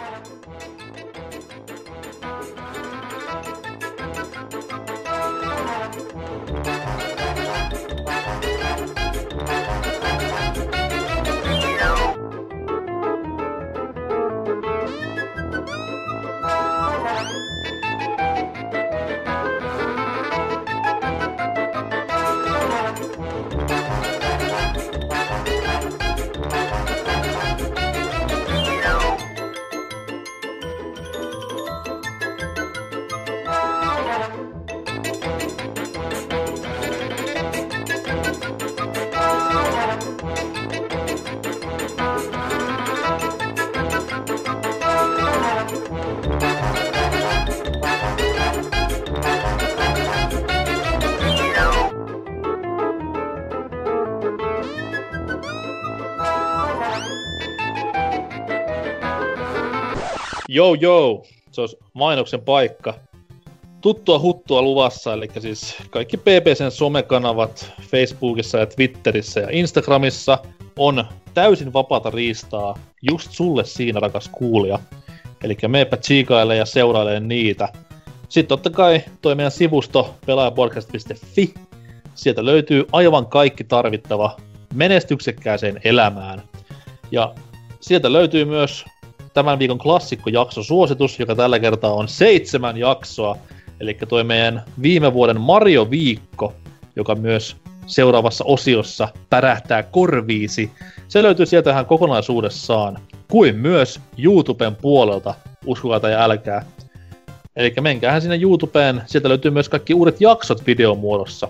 Joo joo, se olisi mainoksen paikka. Tuttua huttua luvassa, eli siis kaikki P P C:n somekanavat Facebookissa ja Twitterissä ja Instagramissa on täysin vapaata riistaa just sulle siinä, rakas kuulija. Eli meepä tsiikaile ja seuraile niitä. Sitten totta kai toi meidän sivusto pelaajapodcast piste fi. Sieltä löytyy aivan kaikki tarvittava menestyksekkääseen elämään. Ja sieltä löytyy myös tämän viikon klassikkojaksosuositus, joka tällä kertaa on seitsemän jaksoa. Eli toi meidän viime vuoden Mario-viikko, joka myös seuraavassa osiossa pärähtää korviisi. Se löytyy sieltä ihan kokonaisuudessaan, kuin myös YouTuben puolelta, uskokaa tai älkää. Eli menkäähän sinne YouTubeen, sieltä löytyy myös kaikki uudet jaksot videomuodossa.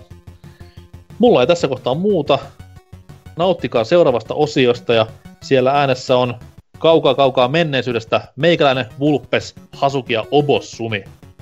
Mulla ei tässä kohtaa muuta. Nauttikaa seuraavasta osiosta ja siellä äänessä on kaukaa kaukaa menneisyydestä meikäläinen Vulpes, Hasuki ja Obossumi.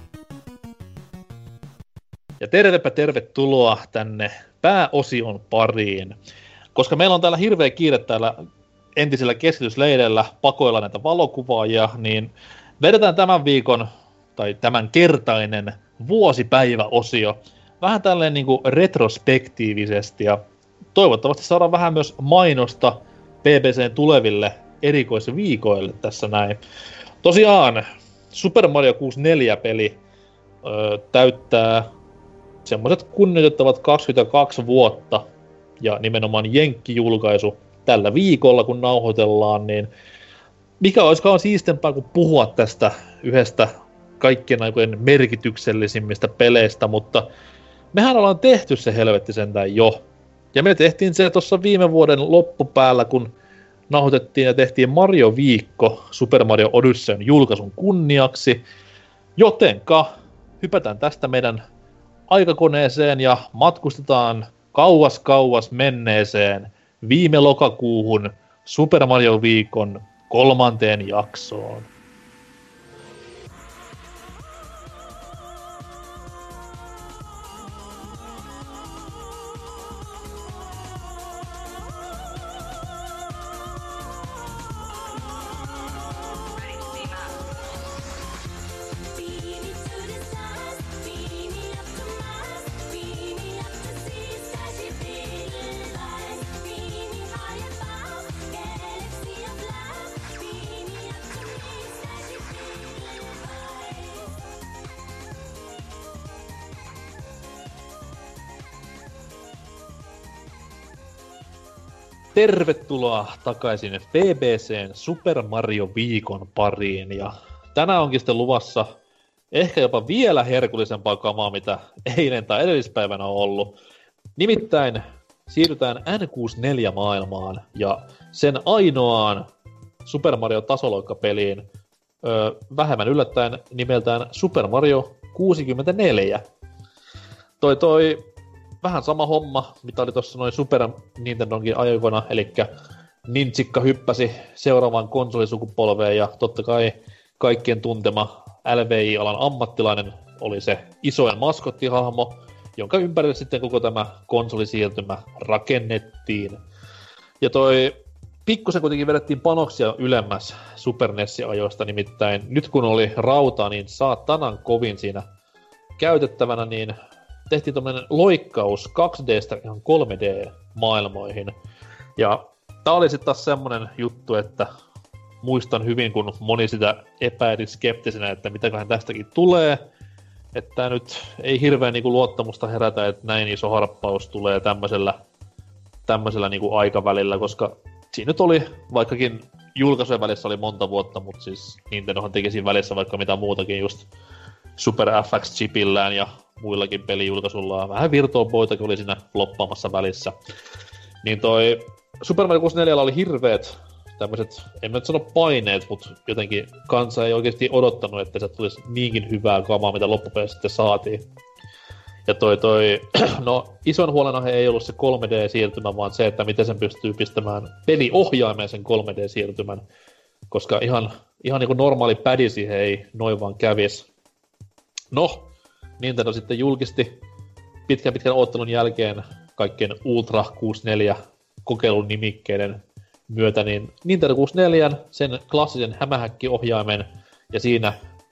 Ja tervepä tervetuloa tänne pääosion pariin. Koska meillä on täällä hirveä kiire täällä entisellä keskitysleidellä pakoilla näitä valokuvaajia, niin vedetään tämän viikon tai tämän kertainen vuosipäiväosio vähän tälleen niin kuin retrospektiivisesti ja toivottavasti saadaan vähän myös mainosta P B C:n tuleville erikoisviikoille tässä näin. Tosiaan, Super Mario kuusikymmentäneljä-peli ö, täyttää semmoiset kunnioitettavat kaksikymmentäkaksi vuotta, ja nimenomaan jenkkijulkaisu tällä viikolla, kun nauhoitellaan, niin mikä olisikaan siistempää kuin puhua tästä yhdestä kaikkien aikojen merkityksellisimmistä peleistä, mutta mehän ollaan tehty se helvetti sentään jo. Ja me tehtiin se tuossa viime vuoden loppupäällä, kun nauhoitettiin ja tehtiin Mario-viikko Super Mario Odysseyn julkaisun kunniaksi. Jotenka hypätään tästä meidän aikakoneeseen ja matkustetaan kauas kauas menneeseen viime lokakuuhun Super Mario-viikon kolmanteen jaksoon. Tervetuloa takaisin B B C:n Super Mario-viikon pariin, ja tänään onkin sitten luvassa ehkä jopa vielä herkullisempaa kamaa, mitä eilen tai edellispäivänä on ollut. Nimittäin siirrytään N kuusikymmentäneljä-maailmaan ja sen ainoaan Super Mario-tasoloikkapeliin, öö, vähemmän yllättäen nimeltään Super Mario kuusikymmentäneljä. Toi toi... Vähän sama homma, mitä oli tuossa noin Super Nintendonkin aikoina, eli Nintsikka hyppäsi seuraavaan konsolisukupolveen, ja totta kai kaikkien tuntema L V I-alan ammattilainen oli se isoin maskottihahmo, jonka ympärille sitten koko tämä konsolisiirtymä rakennettiin. Ja toi pikkusen kuitenkin vedettiin panoksia ylemmäs Super N E S-ajoista, nimittäin nyt kun oli rautaa niin saatanan kovin siinä käytettävänä, niin tehtiin tommonen loikkaus kaksi D:stä ihan kolme D-maailmoihin. Ja tää oli sit taas semmonen juttu, että muistan hyvin, kun moni sitä epäili skeptisenä, että mitäköhän tästäkin tulee. Että nyt ei hirveän niinku luottamusta herätä, että näin iso harppaus tulee tämmöisellä, tämmöisellä niinku aikavälillä, koska siinä nyt oli, vaikkakin julkaisujen välissä oli monta vuotta, mutta siis Nintendohan teki siinä välissä vaikka mitä muutakin, just Super F X-chipillään ja muillakin pelijulkaisullaan. Vähän Virtual Boytakin oli siinä loppaamassa välissä. Niin toi Super Mario kuusikymmentäneljä oli hirveet tämmöiset, en mä nyt sano paineet, mutta jotenkin kansa ei oikeesti odottanut, että se tulisi niinkin hyvää kamaa, mitä loppupeleissä sitten saatiin. Ja toi toi, no isoin huolenaihe ei ollut se kolme D-siirtymä, vaan se, että miten sen pystyy pistämään peliohjaimeen sen kolme D-siirtymän. Koska ihan, ihan niinku normaali pädi siihen ei noin vaan kävis. No, Nintendo sitten julkisti pitkän pitkän oottelun jälkeen kaikkien Ultra kuusikymmentäneljä kokeilun nimikkeiden myötä, niin Nintendo kuusikymmentäneljä, sen klassisen hämähäkkiohjaimen ja siinä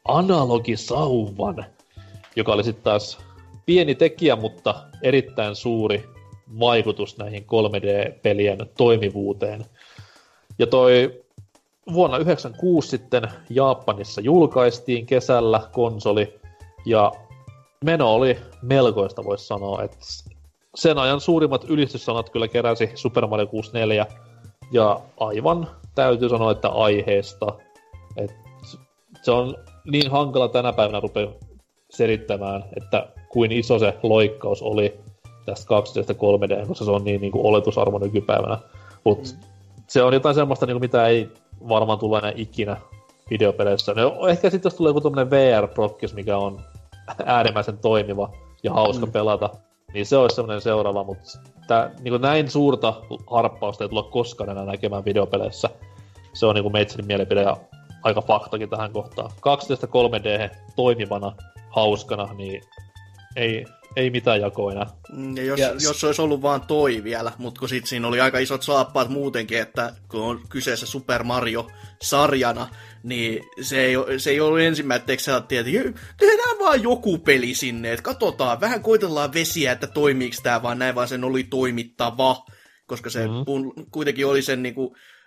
analogisauvan, joka oli sitten taas pieni tekijä, mutta erittäin suuri vaikutus näihin kolme D-pelien toimivuuteen. Ja toi vuonna yhdeksänkymmentäkuusi sitten Japanissa julkaistiin kesällä konsoli, ja meno oli melkoista, voisi sanoa, että sen ajan suurimmat ylistyssanat kyllä keräsi Super Mario kuusikymmentäneljä, ja aivan täytyy sanoa, että aiheesta. Et se on niin hankala tänä päivänä rupea selittämään, että kuin iso se loikkaus oli tästä kaksi D:stä kolme D, koska se on niin, niin kuin oletusarvo nykypäivänä. Mutta mm. se on jotain semmoista, niin kuin mitä ei varmaan tule enää ikinä videopeleissä. No, ehkä sitten jos tulee joku tommonen V R-prokkis, mikä on äärimmäisen toimiva ja hauska mm. pelata, niin se olisi semmoinen seuraava, mutta tää, niin näin suurta harppausta ei tulla koskaan enää näkemään videopeleissä. Se on niin meitsin mielipide ja aika faktakin tähän kohtaan. kaksitoista kolme D toimivana, hauskana, niin ei, ei mitään jakoa enää. Ja jos, yes. jos olisi ollut vaan toi vielä, mutta kun sit siinä oli aika isot saappaat muutenkin, että kun on kyseessä Super Mario-sarjana, niin se ei, se ei ollut ensimmäiseksi sanottiin, että tehdään vaan joku peli sinne, että katsotaan, vähän koitellaan vesiä, että toimiiko tää vaan näin, vaan sen oli toimittava. koska se Mm-hmm. pun, kuitenkin oli sen, niin kuin,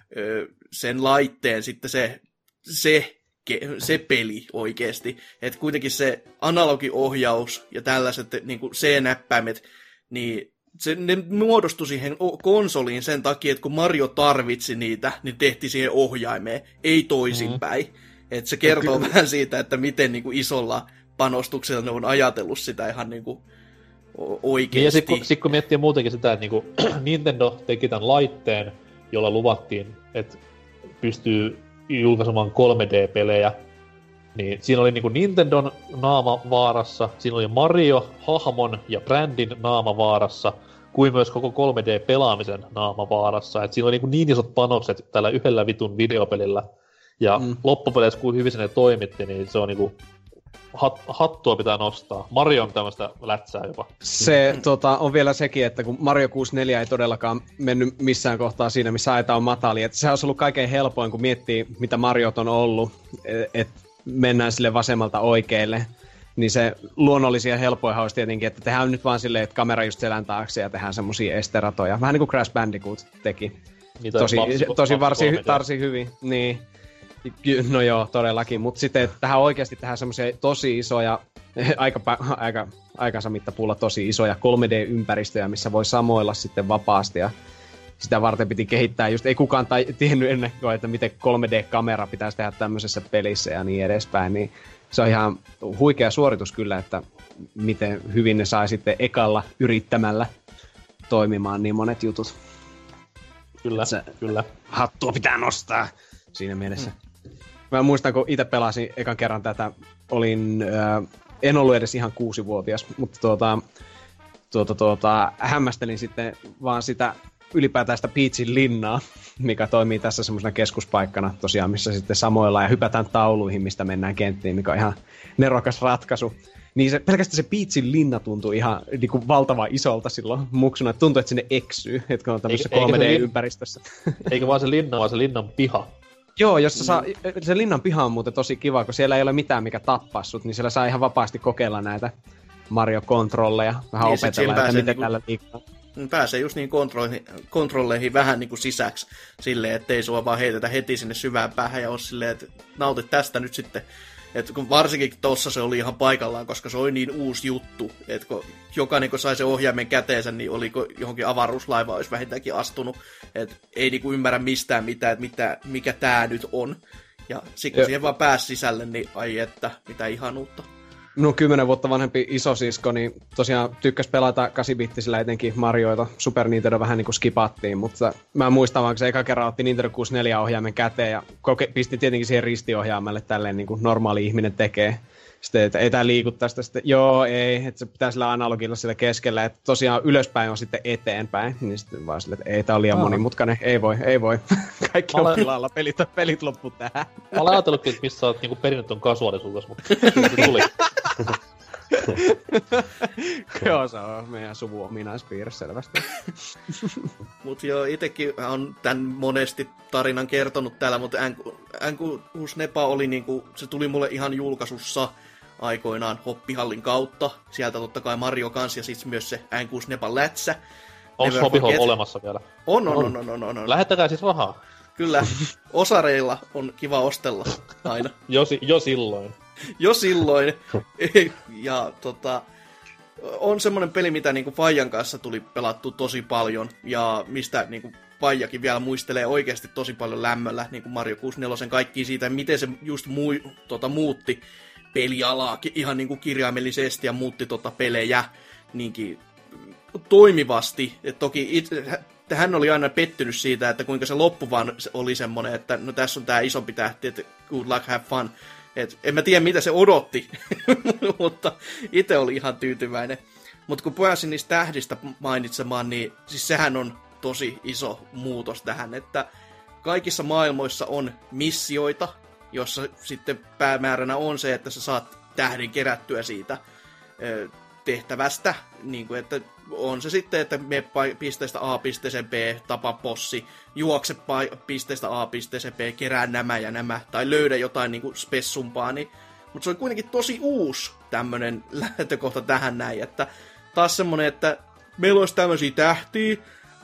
sen laitteen sitten se, se, se peli oikeasti. Että kuitenkin se analogiohjaus ja tällaiset niin kuin C-näppäimet, niin se, ne muodostui siihen konsoliin sen takia, että kun Mario tarvitsi niitä, niin tehtiin siihen ohjaimeen, ei toisinpäin. Mm-hmm. Että se kertoo Kyllä. vähän siitä, että miten niin kuin isolla panostuksella ne on ajatellut sitä ihan niin kuin oikeasti. Niin ja sitten kun, sit, kun miettii muutenkin sitä, että niinku, Nintendo teki tämän laitteen, jolla luvattiin, että pystyy julkaisemaan kolme D-pelejä, niin siinä oli niinku Nintendon naama vaarassa, siinä oli Mario, hahmon ja brändin naama vaarassa, kuin myös koko kolme D-pelaamisen naama vaarassa. Et siinä oli niinku niin isot panokset tällä yhdellä vitun videopelillä, ja mm. loppupeleissä, kun hyvin se ne toimitti, niin se on niinku hat, hattua pitää nostaa. Mario on tämmöistä lätsää jopa. Se mm. tota, on vielä sekin, että kun Mario kuusikymmentäneljä ei todellakaan mennyt missään kohtaa siinä, missä aita on matali, että se olisi ollut kaikkein helpoin, kun miettii, mitä Mariot on ollut, että mennään sille vasemmalta oikealle, niin se luonnollisia ja helpoihan olisi tietenkin, että tehdään nyt vaan silleen, että kamera just selän taakse ja tehdään semmosia esteratoja. Vähän niin kuin Crash Bandicoot teki. Niitä tosi lapsi, tosi varsin, varsin hyvin. Niin. No joo, todellakin. Mutta sitten että tähän oikeasti tehdään semmoisia tosi isoja, aika, aika, aikansa mittapuulla tosi isoja kolme D-ympäristöjä, missä voi samoilla sitten vapaasti. Ja sitä varten piti kehittää just, ei kukaan tai, tiennyt ennen kuin, että miten kolme D-kamera pitäisi tehdä tämmöisessä pelissä ja niin edespäin. Niin se on ihan huikea suoritus kyllä, että miten hyvin ne sai sitten ekalla yrittämällä toimimaan niin monet jutut. Kyllä, se, kyllä. Hattua pitää nostaa siinä mielessä. Mm. Mä muistan, kun itse pelasin ekan kerran tätä, olin, äh, en ollut edes ihan kuusivuotias, mutta tuota, tuota, tuota, hämmästelin sitten vaan sitä ylipäätään sitä Peachin linnaa, mikä toimii tässä semmoisena keskuspaikkana tosiaan, missä sitten samoilla ja hypätään tauluihin, mistä mennään kenttiin, mikä on ihan nerokas ratkaisu. Niin se, pelkästään se Peachin linna tuntuu ihan niin kuin valtavan isolta silloin muksuna, että tuntuu, että sinne eksyy, että on tämmöisessä kolme D-ympäristössä. Eikä vaan se linna, vaan se linnan piha. Joo, jos saa, se linnan piha on muuten tosi kiva, kun siellä ei ole mitään, mikä tappaa sut, niin siellä saa ihan vapaasti kokeilla näitä Mario-kontrolleja, vähän niin, opetella, että miten niinku, tällä liikkuu. Pääsee just niin kontrolleihin vähän niin kuin sisäksi silleen, ettei sua vaan heitetä heti sinne syvään päähän ja ole silleen, että nautit tästä nyt sitten. Et kun varsinkin tossa se oli ihan paikallaan, koska se oli niin uusi juttu, että kun jokainen kun sai sen ohjaimen käteensä, niin oliko johonkin avaruuslaivaan olisi vähintäänkin astunut. Että ei niinku ymmärrä mistään mitään, että mitä, mikä tää nyt on. Ja sitten kun siihen vaan pääsi sisälle, niin ai että, mitä ihanuutta. No kymmenen vuotta vanhempi isosisko, niin tosiaan tykkäs pelata kahdeksan-bittisillä etenkin Marioita. Super Nintendo vähän niin kuin skipattiin, mutta mä muistan vaan, kun se eka kerran otti Nintendo kuusikymmentäneljä ohjaimen käteen ja koke- pisti tietenkin siihen ristiohjaimelle tälleen niin kuin normaali ihminen tekee. Sitten, että ei tää liiku tästä. Sitten, joo, ei, että se pitää sillä analogilla sillä keskellä, että tosiaan ylöspäin on sitten eteenpäin. Niin sitten vaan sille, että ei, tää on liian monimutkainen, ei voi, ei voi. Kaikki on pilalla, pelit, pelit loppu tähän. Mä olen ajatellutkin, että missä olet niinku perinnyt ton kasuaalisuudessa, mutta se tuli. Joo, se on meidän suvun ominaispiirre selvästi. Mut joo, itekin on tän monesti tarinan kertonut täällä, mutta N kuusi Nepa oli niinku, se tuli mulle ihan julkaisussa aikoinaan Hoppihallin kautta. Sieltä totta kai Mario kans ja siis myös se N kuusi Nepan lätsä. Onko Hoppihall olemassa vielä? On, on, on, on, on, on. Lähettäkää siis rahaa. Kyllä, osareilla on kiva ostella aina. jo, jo silloin. Jo silloin. Ja tota, on semmoinen peli, mitä niinku Fajan kanssa tuli pelattu tosi paljon, ja mistä niinku Fajakin vielä muistelee oikeasti tosi paljon lämmöllä, niin kuin Mario kuusikymmentäneljä kaikki siitä, miten se just mui, tota, muutti pelialaa ihan niinku kirjaimellisesti ja muutti tota pelejä niinkin toimivasti. Et toki itse, hän oli aina pettynyt siitä, että kuinka se loppu vaan oli semmoinen, että no tässä on tää isompi tähti, että good luck, have fun. Et en mä tiedä, mitä se odotti, mutta itse oli ihan tyytyväinen. Mutta kun pääsin niistä tähdistä mainitsemaan, niin siis sehän on tosi iso muutos tähän, että kaikissa maailmoissa on missioita, jossa sitten päämääränä on se, että sä saat tähden kerättyä siitä tehtävästä, niin kuin, että on se sitten, että mene pisteestä A pisteeseen B, tapa possi, juokse pisteestä A pisteeseen B, kerää nämä ja nämä, tai löydä jotain niin kuin spessumpaa, niin, mutta se on kuitenkin tosi uusi tämmönen lähtökohta tähän näin, että taas semmonen, että meillä olisi tämmöisiä tähtiä,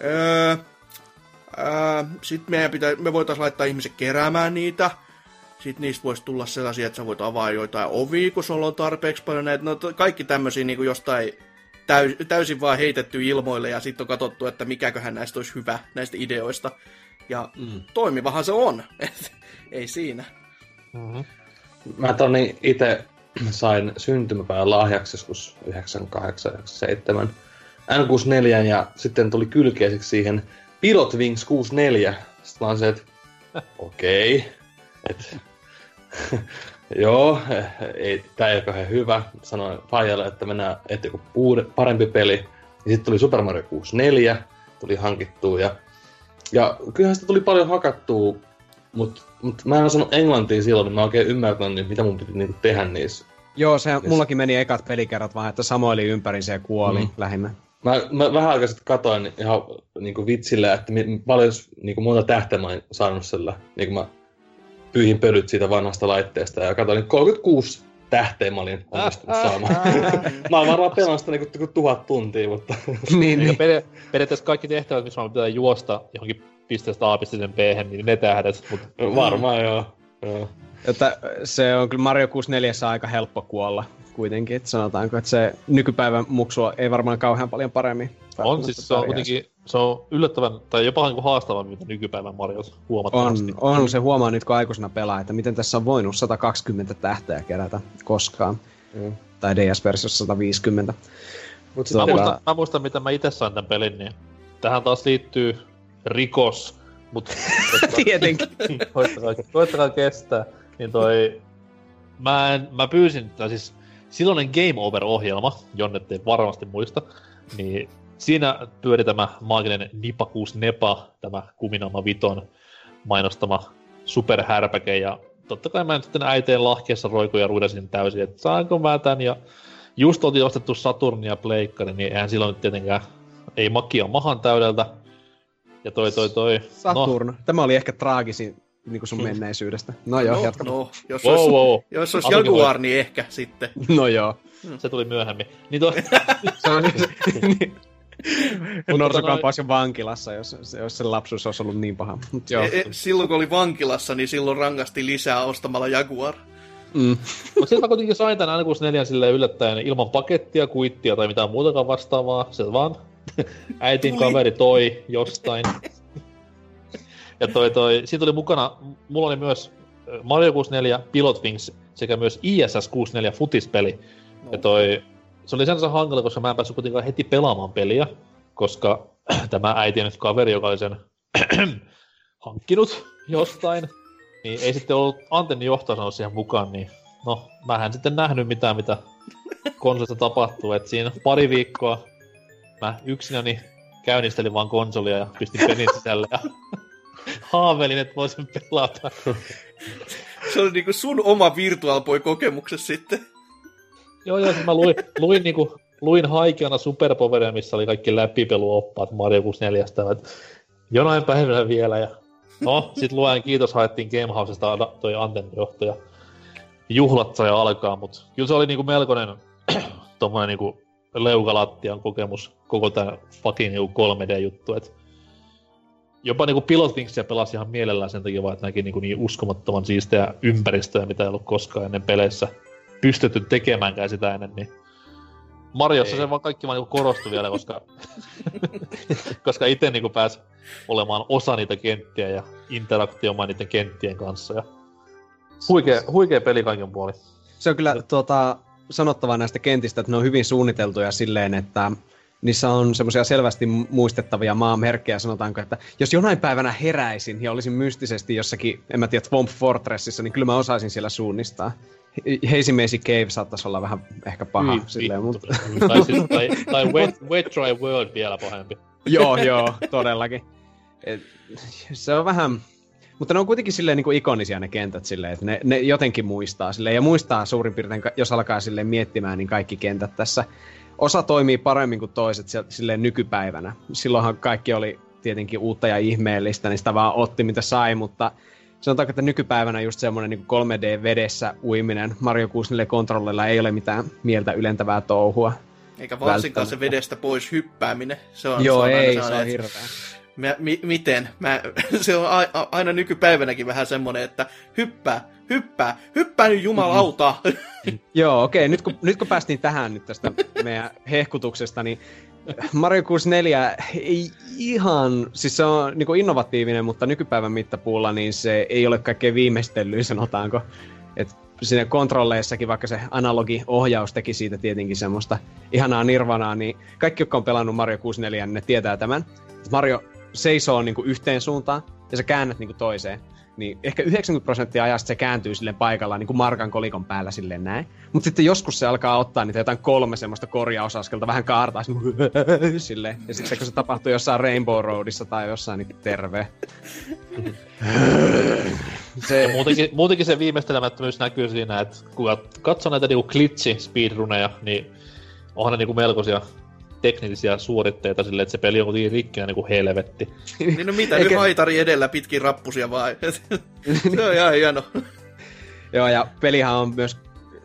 Öö, öö, sitten meidän pitää, me voitaisiin laittaa ihmiset keräämään niitä. Sitten niistä voisi tulla sellaisia, että sä voit avaa joitain ovia, kun sulla on tarpeeksi paljon näitä. No, kaikki tämmöisiä niin kuin jostain täys, täysin vaan heitetty ilmoille ja sitten on katsottu, että mikäköhän näistä olisi hyvä, näistä ideoista. Ja mm. toimivahan se on. Ei siinä. Mm-hmm. Mä toni itse sain syntymäpäivän lahjaksi joskus yhdeksänkymmentäkahdeksan yhdeksänkymmentäseitsemän N kuusikymmentäneljä ja sitten tuli kylkeiseksi siihen Pilot Wings kuusikymmentäneljä. Sitten mä oon se, että okei. Okay. Et, joo, ei, tää ei ole kauhean hyvä. Sanoin Fajalle, että mennään etsiä joku puude, parempi peli. Ja sitten tuli Super Mario kuusikymmentäneljä, tuli hankittua ja, ja kyllähän sitä tuli paljon hakattua, mutta mut mä en osannut englantia silloin, niin mä oikein ymmärtänyt, mitä mun piti niinku tehdä niissä. Joo, se mullakin meni ekat pelikerrat vaan, että samoili ympärinsä ja kuoli mm. lähinnä. Mä, mä vähän aikaa sitten katoin ihan niinku vitsillä, että mi, paljon niinku monta tähteä mä oon saanut sillä. Niinku mä pyyhin pölyt siitä vanhasta laitteesta ja katsoin, niin kolmekymmentäkuusi tähteä mä olin onnistunut saamaan. Mä oon varmaan pelannut sitä niinku tuhat tuntia, mutta... niin, niin. Per, periaatteessa kaikki tehtävät, missä pitää juosta johonkin pisteestä A pisteeseen B, niin ne tähdet. Mutta... Varmaan joo. joo. Että se on kyllä Mario kuusikymmentäneljä aika helppo kuolla kuitenkin, että sanotaanko, että se nykypäivän muksua ei varmaan kauhean paljon paremmin. On siis, se on kuitenkin, se on yllättävän, tai jopa niin kuin haastavampi, mitä nykypäivän Mariot huomattavasti. On, on, se huomaa nyt kun aikuisena pelaa, että miten tässä on voinut sata kaksikymmentä tähteä kerätä koskaan. Mm. Tai D S-versiossa sata viisikymmentä. Mut mä, muistan, mä muistan, mitä mä itse sain tämän pelin, niin tähän taas liittyy rikos, mutta... Tietenkin. koittakaa, koittakaa kestää. Niin toi... Mä, en, mä pyysin, tai siis silloinen Game Over-ohjelma, jonne ei varmasti muista, niin siinä pyöri tämä maaginen Nipakuus Nepa, tämä Kuminaama Viton mainostama superhärpäke, ja totta kai mä nyt sitten äiteen lahkeessa roikuja ruidasin täysin, että saanko mä tän, ja just oltiin ostettu Saturn ja Pleikkari, niin eihän silloin nyt tietenkään, ei makia mahan täydeltä, ja toi toi toi... Saturn, no. Tämä oli ehkä traagisin niinku sun menneisyydestä. No joo, no, jatka. No, jos wow, olisi, wow. jos olisi Jaguar, niin ehkä sitten. No joo. Se tuli myöhemmin. Niin toi... se on Mun Norsukampaus jo vankilassa, jos, jos se lapsuus olisi ollut niin paha. Mut joo. E, e, silloin kun oli vankilassa, niin silloin rangasti lisää ostamalla Jaguar. Mm. Mutta sitten mä kuitenkin sain tän N kuusikymmentäneljä silleen yllättäen ilman pakettia, kuittia tai mitään muutakaan vastaavaa. Se vaan äitin kaveri toi jostain. Ja toi toi, siitä oli mukana, mulla oli myös Mario kuusikymmentäneljä, Pilot Wings sekä myös I S S kuusikymmentäneljä futispeli. No. Ja toi, se oli sen hankala, koska mä en päässyt kuitenkaan heti pelaamaan peliä, koska tämä äitien kaveri, joka oli sen hankkinut jostain, niin ei sitten ollut antennin johtaja sanonut siihen mukaan, niin no, mä en sitten nähnyt mitään, mitä konsolista tapahtuu, et siinä pari viikkoa mä yksinäni käynnistelin vaan konsolia ja pistin pelin sisälle ja haaveilin, että voisin pelata. Se oli niinku sun oma Virtual Boy-kokemuksesi sitten. Joo, joo, mä luin, luin, niinku, luin haikeana Superpoweria, missä oli kaikki läpipeluoppaat Mario kuusikymmentäneljä, että jonain päivänä vielä. Ja no, sit luen kiitos, haettiin Gamehousesta toi antennijohtaja. Juhlat sai alkaa, mut kyllä se oli niinku melkoinen tommonen niinku leukalattian kokemus koko tää fucking niinku kolme D-juttu, et jopa niinku Pilot Wingsia pelasi ihan mielellään sen takia vaan, että näki niinku niin uskomattoman siistejä ympäristöjä, mitä ei ollut koskaan ennen peleissä pystytty tekemäänkään sitä ennen, niin Mariossa ei. Se vaan kaikki vaan niinku korostui vielä, koska koska ite niinku pääsi olemaan osa niitä kenttiä ja interaktioimaan niiden kenttien kanssa ja huikea, huikea peli kaiken puolin. Se on kyllä tuota, sanottavaa näistä kentistä, että ne on hyvin suunniteltuja silleen, että niissä on semmoisia selvästi muistettavia maamerkkejä, sanotaanko, että jos jonain päivänä heräisin ja olisin mystisesti jossakin, en mä tiedä, Swamp Fortressissa, niin kyllä mä osaisin siellä suunnistaa. Hazy Mazy Cave saattaisi olla vähän ehkä paha Hyi, silleen, mutta... Tai, siis, tai, tai wet, wet Dry World vielä pahempi. Joo, joo, todellakin. Et, se on vähän... Mutta ne on kuitenkin silleen niin kuin ikonisia ne kentät silleen, että ne, ne jotenkin muistaa silleen, ja muistaa suurin piirtein, jos alkaa silleen miettimään, niin kaikki kentät tässä. Osa toimii paremmin kuin toiset silleen nykypäivänä. Silloinhan kaikki oli tietenkin uutta ja ihmeellistä, niin sitä vaan otti mitä sai, mutta sanotaanko, että nykypäivänä just semmoinen niin kolme D-vedessä uiminen Mario kuusikymmentäneljä kontrollilla ei ole mitään mieltä ylentävää touhua. Eikä varsinkaan se vedestä pois hyppääminen. Se on, Joo, se on ei, aina se on että hirveä. Mä, mi, miten? Mä, se on a, a, aina nykypäivänäkin vähän semmonen, että hyppää, hyppää, hyppää nyt jumalauta! Joo, okei. Okay. Nyt, kun, nyt kun päästiin tähän nyt tästä meidän hehkutuksesta, niin Mario kuusikymmentäneljä ei ihan, siis se on niin kuin innovatiivinen, mutta nykypäivän mittapuulla niin se ei ole kaikkein viimeistellyin, sanotaanko. Et siinä kontrolleissakin, vaikka se analogiohjaus teki siitä tietenkin semmoista ihanaa nirvanaa, niin kaikki, jotka on pelannut Mario kuusikymmentäneljä, niin ne tietää tämän. Mario seisoo niin kuin yhteen suuntaan ja sä käännät niin kuin toiseen. Niin ehkä yhdeksänkymmentä prosenttia ajasta se kääntyy silleen paikallaan niin kuin markan kolikon päällä silleen näin. Mutta sitten joskus se alkaa ottaa niitä jotain kolme semmoista korjausaskelta, vähän kaartaa silleen. Ja sitten kun se tapahtuu jossain Rainbow Roadissa tai jossain, niin terve. se... muutenkin, muutenkin se viimeistelemättömyys näkyy siinä, että kun katsoo näitä niinku glitchi-speedruneja, niin onhan ne niinku melkoisia teknillisiä suoritteita silleen, että se peli on kuitenkin rikkinä niinku helvetti. Niin no mitä, nyt haitari edellä pitkin rappusia vaan. Se on ihan hieno. Joo, ja pelihän on myös,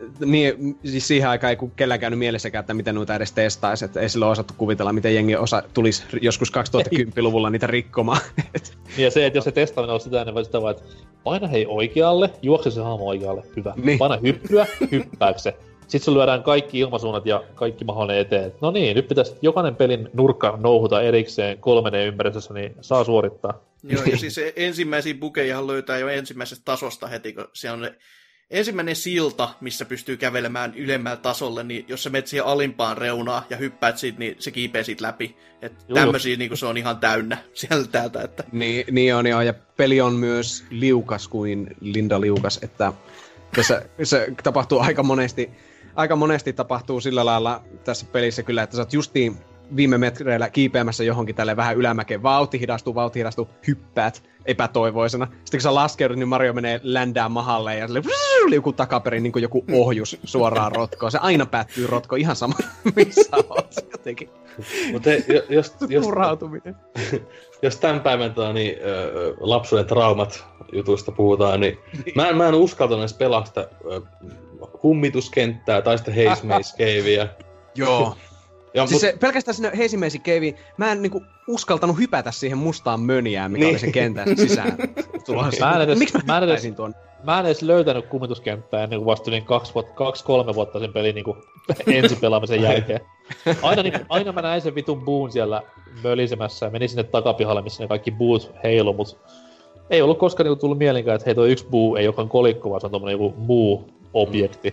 niin, siis siihen aikaan ei kellään käynyt mielessäkään, että miten noita edes testaisi, että ei silloin osattu kuvitella, miten jengi osa tulisi joskus kaksituhattakymmenen-luvulla niitä rikkomaan. Ja se, että jos se testaaminen on sitä, niin voi sitä vaan, että paina hei oikealle, juokse se hahmo oikealle, hyvä. Niin. Paina hyppyä, hyppääkö se. Sitten sun lyödään kaikki ilmasuunnat ja kaikki mahdollinen eteen. No niin, nyt pitäisi jokainen pelin nurkka nouhuta erikseen kolme D-ympäristössä, niin saa suorittaa. Joo, ja siis ensimmäisiä bukejahan löytää jo ensimmäisestä tasosta heti, kun se on ensimmäinen silta, missä pystyy kävelemään ylemmällä tasolle, niin jos sä menet siihen alimpaan reunaan ja hyppäät siitä, niin se kiipee siitä läpi. Että tämmöisiä niin se on ihan täynnä sieltä täältä. Että... Niin, niin on, joo, ja peli on myös liukas kuin Linda Liukas, että tässä se tapahtuu aika monesti, aika monesti tapahtuu sillä lailla tässä pelissä kyllä, että sä oot justiin viime metreillä kiipeämässä johonkin tälle vähän ylämäkeen. Vauhti hidastuu, vauhti hidastuu, hyppäät epätoivoisena. Sitten kun sä laskeudut, niin Mario menee ländään mahalle ja sille liukuu takaperin niin kuin joku ohjus suoraan rotkoon. Se aina päättyy rotkoon ihan sama, missä oot jotenkin. Mutta jos, jos, Turhautuminen. jos tämän päivän tota, niin, ö, lapsuuden traumat jutuista puhutaan, niin mä en, mä en uskaltanut edes pelaa sitä ö, kummituskenttää tai sitä Haze Maze Caveä. Joo. Ja, siis mut... se, pelkästään sinne Haze Maze Caveen, mä en niinku uskaltanut hypätä siihen mustaan mönjään, mikä niin. oli sen kentän sisään. Mä en edes, Miksi mä, mä, edes, tuon? mä en edes löytänyt kummituskenttää ennen kuin vasta yli kaksi, vuotta, kaksi kolme vuotta sen pelin niinku ensipelaamisen jälkeen. Aina, niinku, aina mä näin sen vitun buun siellä mölisemässä ja menin sinne takapihalle, missä ne kaikki buut heilu, mut ei ollut koskaan niinku tullut mielinkään, että hei toi yksi buu ei olekaan kolikko, vaan se on tommonen joku muu objekti.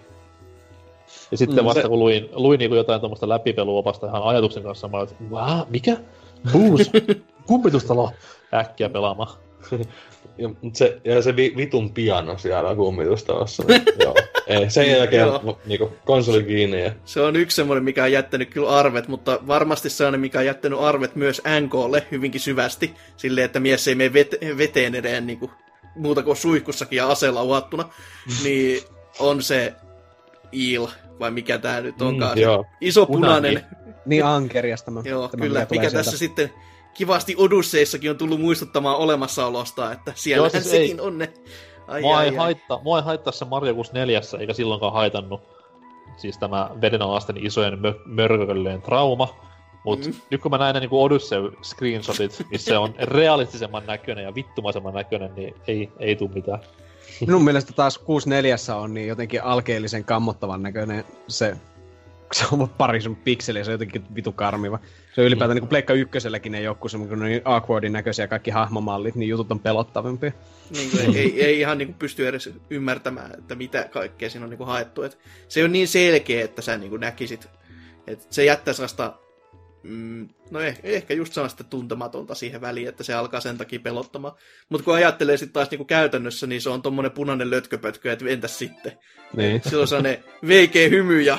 Ja sitten mm, vasta se... kun luin, luin niinku jotain tommoista läpipeluopasta ihan ajatuksen kanssa, mä olin, että vää, mikä? Buus? Kumpitustalo? Äkkiä pelaamaan. ja, se, ja se vi, vitun piano siellä kummitustalossa. Niin, joo. Ei, sen jälkeen niinku konsoli kiinni. Ja... Se on yksi semmoinen, mikä on jättänyt kyllä arvet, mutta varmasti sellainen, mikä on jättänyt arvet myös N K:lle hyvinkin syvästi. Silleen, että mies ei mene vet- veteen edeen niinku, muuta kuin suihkussakin ja aseella uhattuna. Niin on se Il, vai mikä tää nyt onkaan. Mm, iso punainen. Niin ankeriasta. Mä, joo, kyllä. Mikä tässä sieltä. Sitten kivasti Odysseissakin on tullut muistuttamaan olemassaolosta, että siellähän siis sekin ei, on ne. Ai, mua, ai, ei haittaa, mua ei haittaa se Mario kuusikymmentäneljä, eikä silloinkaan haitannut siis tämä vedenalaisten isojen mö- mörkökölleen trauma. Mut mm. nyt kun mä näin ne niinku Odyssey-screenshotit, missä on realistisemman näköinen ja vittumaisemman näköinen, niin ei, ei tuu mitään. Minun mielestä taas kuusikymmentäneljä on niin jotenkin alkeellisen kammottavan näköinen se, se on pari sun pikseliä, se on jotenkin vitu karmiva. Se on ylipäätään mm. niin kuin Pleikka ykköselläkin ei joku semmoinen niin awkwardin näköisiä kaikki hahmomallit, niin jutut on pelottavimpia. Niin, ei, ei ihan niin kuin pysty edes ymmärtämään, että mitä kaikkea siinä on niin kuin haettu. Et se on niin selkeä, että sä niin kuin näkisit, että se jättää sellaista, mm, no eh, ehkä just sellaista tuntematonta siihen väliin, että se alkaa sen takia pelottamaan. Mutta kun ajattelee sitten taas niin kuin käytännössä, niin se on tommonen punainen lötköpötkö, että entäs sitten? Niin. Se on sellainen veikeä hymy ja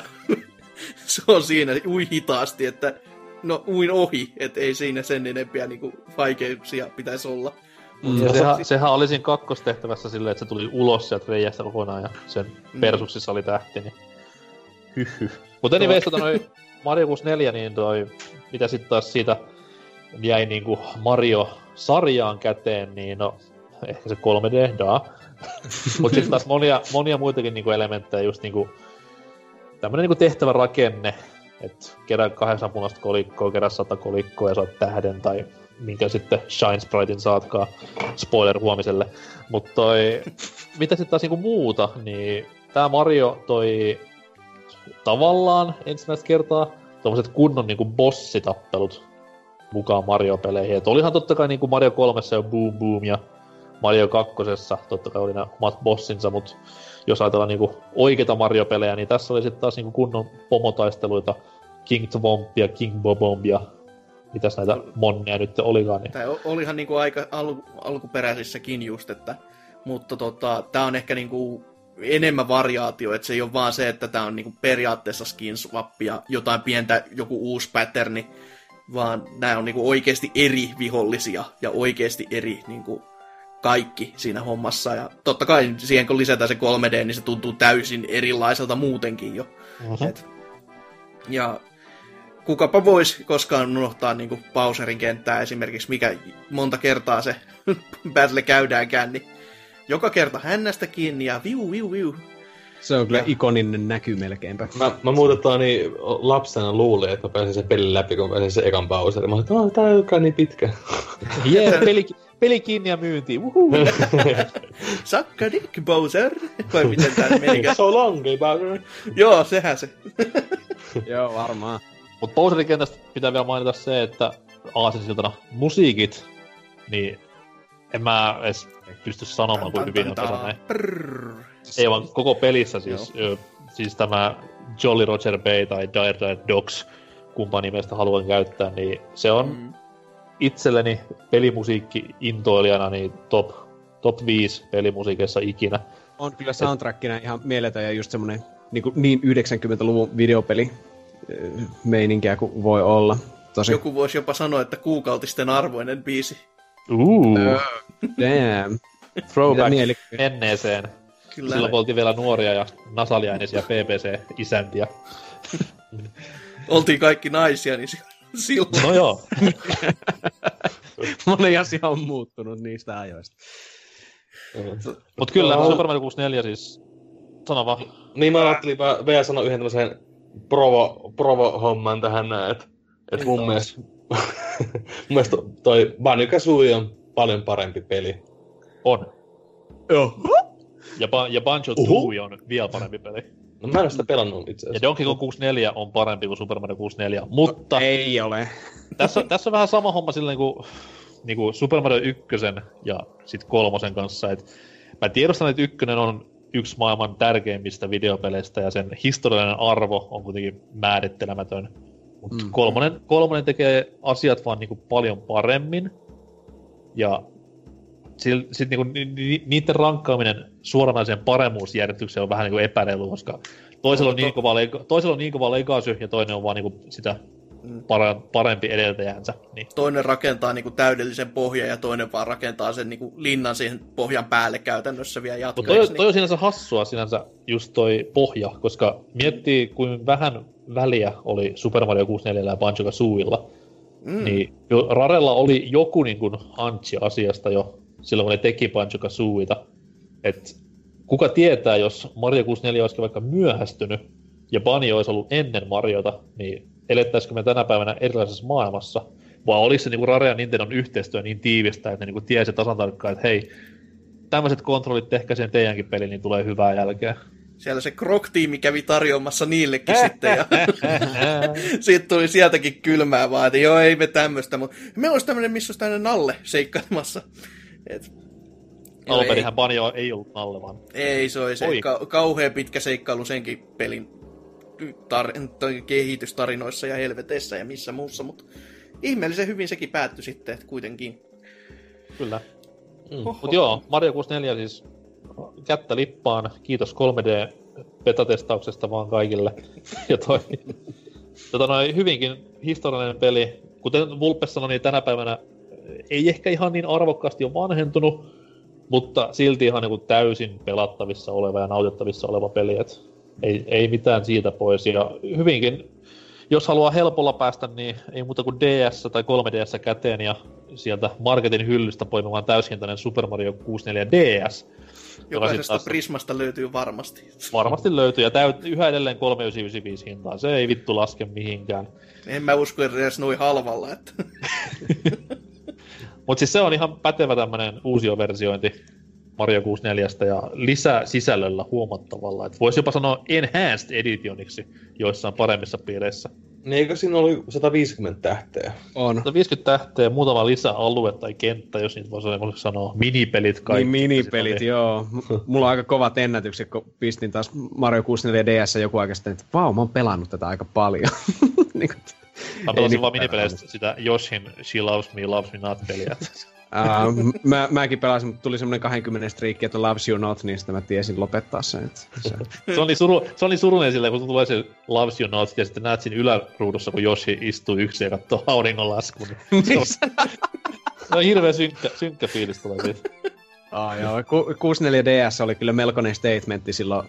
se on siinä ui hitaasti, että no uin ohi, että ei siinä sen enempiä niinku vaikeuksia pitäisi olla. Mm. Ja sehän, sehän oli siinä kakkostehtävässä silleen, että se tuli ulos sieltä reijästä kokonaan ja sen mm. persuksissa oli tähti, niin hyhy. Mutta anyways, tota noi Mario kuusikymmentäneljä, niin toi, mitä sitten taas siitä jäi niinku Mario-sarjaan käteen, niin no, ehkä se kolme D, daa. Mut sitten taas monia, monia muitakin niinku elementtejä, just niinku tämmönen niinku tehtävä rakenne, Et kerää kahdeksan punaista kolikkoa, kerää sata kolikkoa ja saat tähden tai minkä sitten Shine Spritein saatkaa. Spoiler huomiselle. Mut toi, mitä sitten taas niinku muuta, niin tää Mario toi tavallaan ensimmäistä kertaa tommoset kunnon niinku bossitappelut mukaan Mario-peleihin. Et olihan totta kai niinku Mario kolmessa jo Boom Boom ja Mario kakkosessa totta kai oli nämä omat bossinsa, mut jos ajatellaan niinku oikeita Mario-pelejä, niin tässä oli sitten taas niinku kunnon pomotaisteluita, King Twomp ja King Bobomb ja mitäs näitä monneja nyt olikaan. Niin. Tää olihan niinku aika al- alkuperäisissäkin just, että, mutta tota, tää on ehkä niinku enemmän variaatio, että se ei ole vaan se, että tää on niinku periaatteessa skin swap ja jotain pientä, joku uusi patterni, vaan nämä on niinku oikeasti eri vihollisia ja oikeasti eri niinku kaikki siinä hommassa. Ja totta kai siihen kun lisätään se kolme D, niin se tuntuu täysin erilaiselta muutenkin jo. Uh-huh. Et, ja kukapa voisi koskaan unohtaa niinku Bowserin kenttää esimerkiksi, mikä monta kertaa se battle käydäänkään, niin joka kerta hännästä kiinni ja viu viu viu. Se on kyllä ikoninen näky melkeinpä. Mä, mä muutetaan niin lapsena luulin, että mä pääsin sen pelin läpi, kun mä pääsin sen ekan Bowserin. Mä olin, että oh, tää ei olekaan niin pitkä. Jee, yeah, peli, peli kiinni ja myyntiin. Sakka dick Bowser. Vai miten tää menikään? So long, Bowser. Joo, sehän se. Joo, varmaan. Mut Bowserin kentästä pitää vielä mainita se, että aasinsiltana musiikit, niin en mä edes pysty sanomaan, kuin hyvin on tässä näin. Ei vaan koko pelissä siis, ö, siis tämä Jolly Roger Bay tai Dire Dire Dogs, kumpa nimestä haluan käyttää, niin se on mm. itselleni pelimusiikki-intoilijana niin top, top viisi pelimusiikissa ikinä. On kyllä soundtrackina ihan mieletön ja just semmonen niin, niin yhdeksänkymmentäluvun videopeli meininkiä kuin voi olla. Tosi. Joku voisi jopa sanoa, että kuukautisten arvoinen biisi. Uuu. Uh. Damn. Throwback menneeseen. Kyllä. Silloin kun oltiin vielä nuoria ja nasaliainisia P P C-isäntiä. Oltiin kaikki naisia, niin silloin. No joo. Moni asia on muuttunut niistä ajoista. Mut kyllä, Super Mario kuusikymmentäneljä siis... Sano vaan. Niin mä ajattelin vielä sanoa yhden tämmösen provo, provo-homman tähän näin, että et mun mielestä... mun mielestä toi Banjo-Kazooie on paljon parempi peli. On. Joo. Ja, ba- ja Banjo-Tooie on vielä parempi peli. No mä en oo sitä pelannut itse asiassa. Ja Donkey Kong kuusikymmentäneljä on parempi kuin Super Mario kuusikymmentäneljä, mutta... No, ei ole. Tässä, tässä on vähän sama homma silleen kuin, niin kuin Super Mario yksi ja sit kolmosen kanssa. Et mä tiedostan, että ykkönen on yksi maailman tärkeimmistä videopeleistä ja sen historiallinen arvo on kuitenkin määrittelemätön. Mutta mm. kolmonen, kolmonen tekee asiat vaan niinku paljon paremmin. Ja sit, sit niinku, ni, ni, niiden rankkaaminen suoranaiseen paremmuusjärjestykseen on vähän niinku epäreilu, koska toisella on, niin kova leika, toisella on niin kova leikasy ja toinen on vaan niinku sitä mm. para, parempi edeltäjänsä. Niin. Toinen rakentaa niinku täydellisen pohjan ja toinen vaan rakentaa sen niinku linnan siihen pohjan päälle käytännössä vielä jatkaisi. Toi, niin. toi on sinänsä hassua sinänsä just toi pohja, koska miettii kuin vähän väliä oli Super Mario kuusikymmentäneljä ja Banjo-Kazooiella. Mm. Niin Rarella oli joku niin kuin hantsi asiasta jo silloin, kun ne teki Banjo-Kazooita. Et kuka tietää, jos Mario kuusikymmentäneljä olisi vaikka myöhästynyt ja Banjo olisi ollut ennen Mariota, niin elettäisikö me tänä päivänä erilaisessa maailmassa? Vai oliko se niin Rare ja Nintendon yhteistyö niin tiivistä, että ne niin tiesi tasan tarkkaan, että hei, tämmöiset kontrollit tehkä sen teidänkin peliin, niin tulee hyvää jälkeä. Siellä se Krok-tiimi kävi tarjoamassa niillekin sitten, ja siitä tuli sieltäkin kylmää vaan, että joo, ei me tämmöistä, mutta me olisi tämmöinen, missä olisi tämmöinen Nalle seikkailemassa. Et... Alperihän Banjo ei ollut Nalle, vaan... Ei, se oli se ka- kauhean pitkä seikkailu senkin pelin tar- kehitystarinoissa ja helveteissä ja missä muussa, mutta ihmeellisen hyvin sekin päättyi sitten, että kuitenkin. Kyllä. Mm. Mut joo, Mario kuusikymmentäneljä siis kättä lippaan, kiitos kolme D-betatestauksesta vaan kaikille. Ja toi, tota noin, hyvinkin historiallinen peli. Kuten Vulpes sanoi, niin tänä päivänä ei ehkä ihan niin arvokkaasti ole vanhentunut, mutta silti ihan niin täysin pelattavissa oleva ja nautittavissa oleva peli. Et ei, ei mitään siitä pois. Ja hyvinkin jos haluaa helpolla päästä, niin ei muuta kuin D S tai kolme D S käteen ja sieltä marketin hyllystä poimimaan täyshintainen Super Mario kuusikymmentäneljä D S. Jokaisesta taas Prismasta löytyy varmasti. Varmasti löytyy, ja täyt, yhä edelleen kolme tuhatta yhdeksänsataayhdeksänkymmentäviisi hintaa. Se ei vittu laske mihinkään. En mä usko edes noin halvalla, että... Mut siis se on ihan pätevä tämmönen uusioversiointi Mario kuusikymmentäneljästä ja lisää sisällöllä huomattavalla. Et voisi jopa sanoa Enhanced Editioniksi joissain paremmissa piireissä. Niin eikö siinä oli sata viisikymmentä tähteä? On. sata viisikymmentä tähteä, muutama lisäalue tai kenttä, jos niitä voisi sanoa. Minipelit kaikki. Niin minipelit, joo. M- mulla on aika kovat ennätykset, kun pistin taas Mario kuusikymmentäneljä D S joku aika sitten, että vau, mä oon pelannut tätä aika paljon. niin kuin, mä pelasin vaan minipeleistä sitä Yoshin She Loves Me, Loves Me Not -peliä. Uh, mä, mäkin pelasin, mutta tuli semmonen kaksikymmentä striikki, että Loves You Not, niin sitten mä tiesin lopettaa sen. Että se... se, oli suru, se oli surullinen silleen, kun tulee se Loves You Not, ja sitten näet siinä yläruudussa, kun Yoshi istuu yksin ja katsoo auringonlaskun. Se on, se on hirveä synkkä, synkkä fiilis tulee siitä. Ah, joo. kuusikymmentäneljä D S oli kyllä melkoinen statementti silloin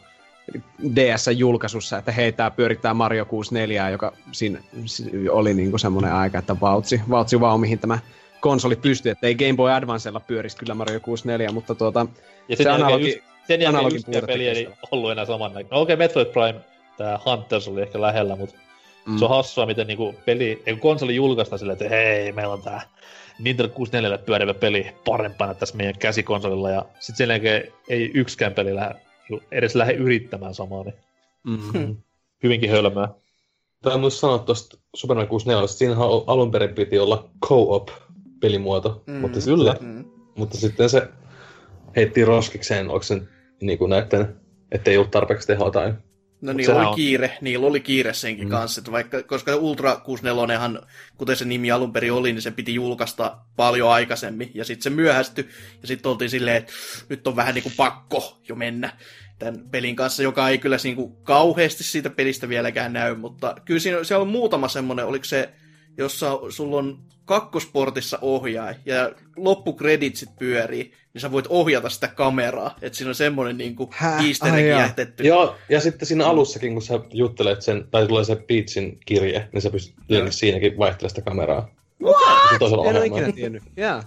D S-julkaisussa, että hei, tää pyörittää Mario kuusikymmentäneljä, joka siinä oli niinku semmonen aika, että vautsi, vautsi vau, mihin tämä konsoli pystyy, ettei Game Boy Advancella pyörisi kyllä Mario kuusikymmentäneljä, mutta tuota... Ja sen jälkeen, just, sen jälkeen yksikään peli ei ollut enää samannäköinen. No okei, okay, Metroid Prime, tää Hunters oli ehkä lähellä, mutta mm. se on hassua, miten niinku peli, ei konsoli julkaistaan silleen, että hei, meillä on tää Nintendo kuusikymmentäneljä pyörivä peli parempana tässä meidän käsikonsolilla, ja sit sen jälkeen ei yksikään peli lähde, edes lähde yrittämään samaa, niin mm-hmm. hyvinkin hölmöä. Tämä muista sanoa tuosta Super Mario kuusikymmentäneljä, siinähän alun perin piti olla co-op pelimuoto, mm, mutta, kyllä. Sitten, mm. mutta sitten se heitti roskikseen, onko se niin kuin näyttänyt, ettei ollut tarpeeksi tehoa tai... No niillä oli on... kiire, niillä oli kiire senkin mm. kanssa, että vaikka, koska Ultra kuusikymmentäneljä, kuten se nimi alun perin oli, niin se piti julkaista paljon aikaisemmin, ja sitten se myöhästyi, ja sitten oltiin silleen, että nyt on vähän niin kuin pakko jo mennä tämän pelin kanssa, joka ei kyllä niin kuin kauheasti siitä pelistä vieläkään näy, mutta kyllä siinä, siellä on muutama semmoinen, oliko se, jossa sulla on kakkosportissa ohjaaja ja loppukreditsit pyörii, niin sä voit ohjata sitä kameraa. Että siinä on semmoinen niinku easter egg jätetty. Joo, ja sitten siinä alussakin, kun sä juttelet sen, tai tulee se Peachin kirje, niin sä pystyt siinäkin vaihtelemaan sitä kameraa. What? En ole ikinä tiennyt. Jaa.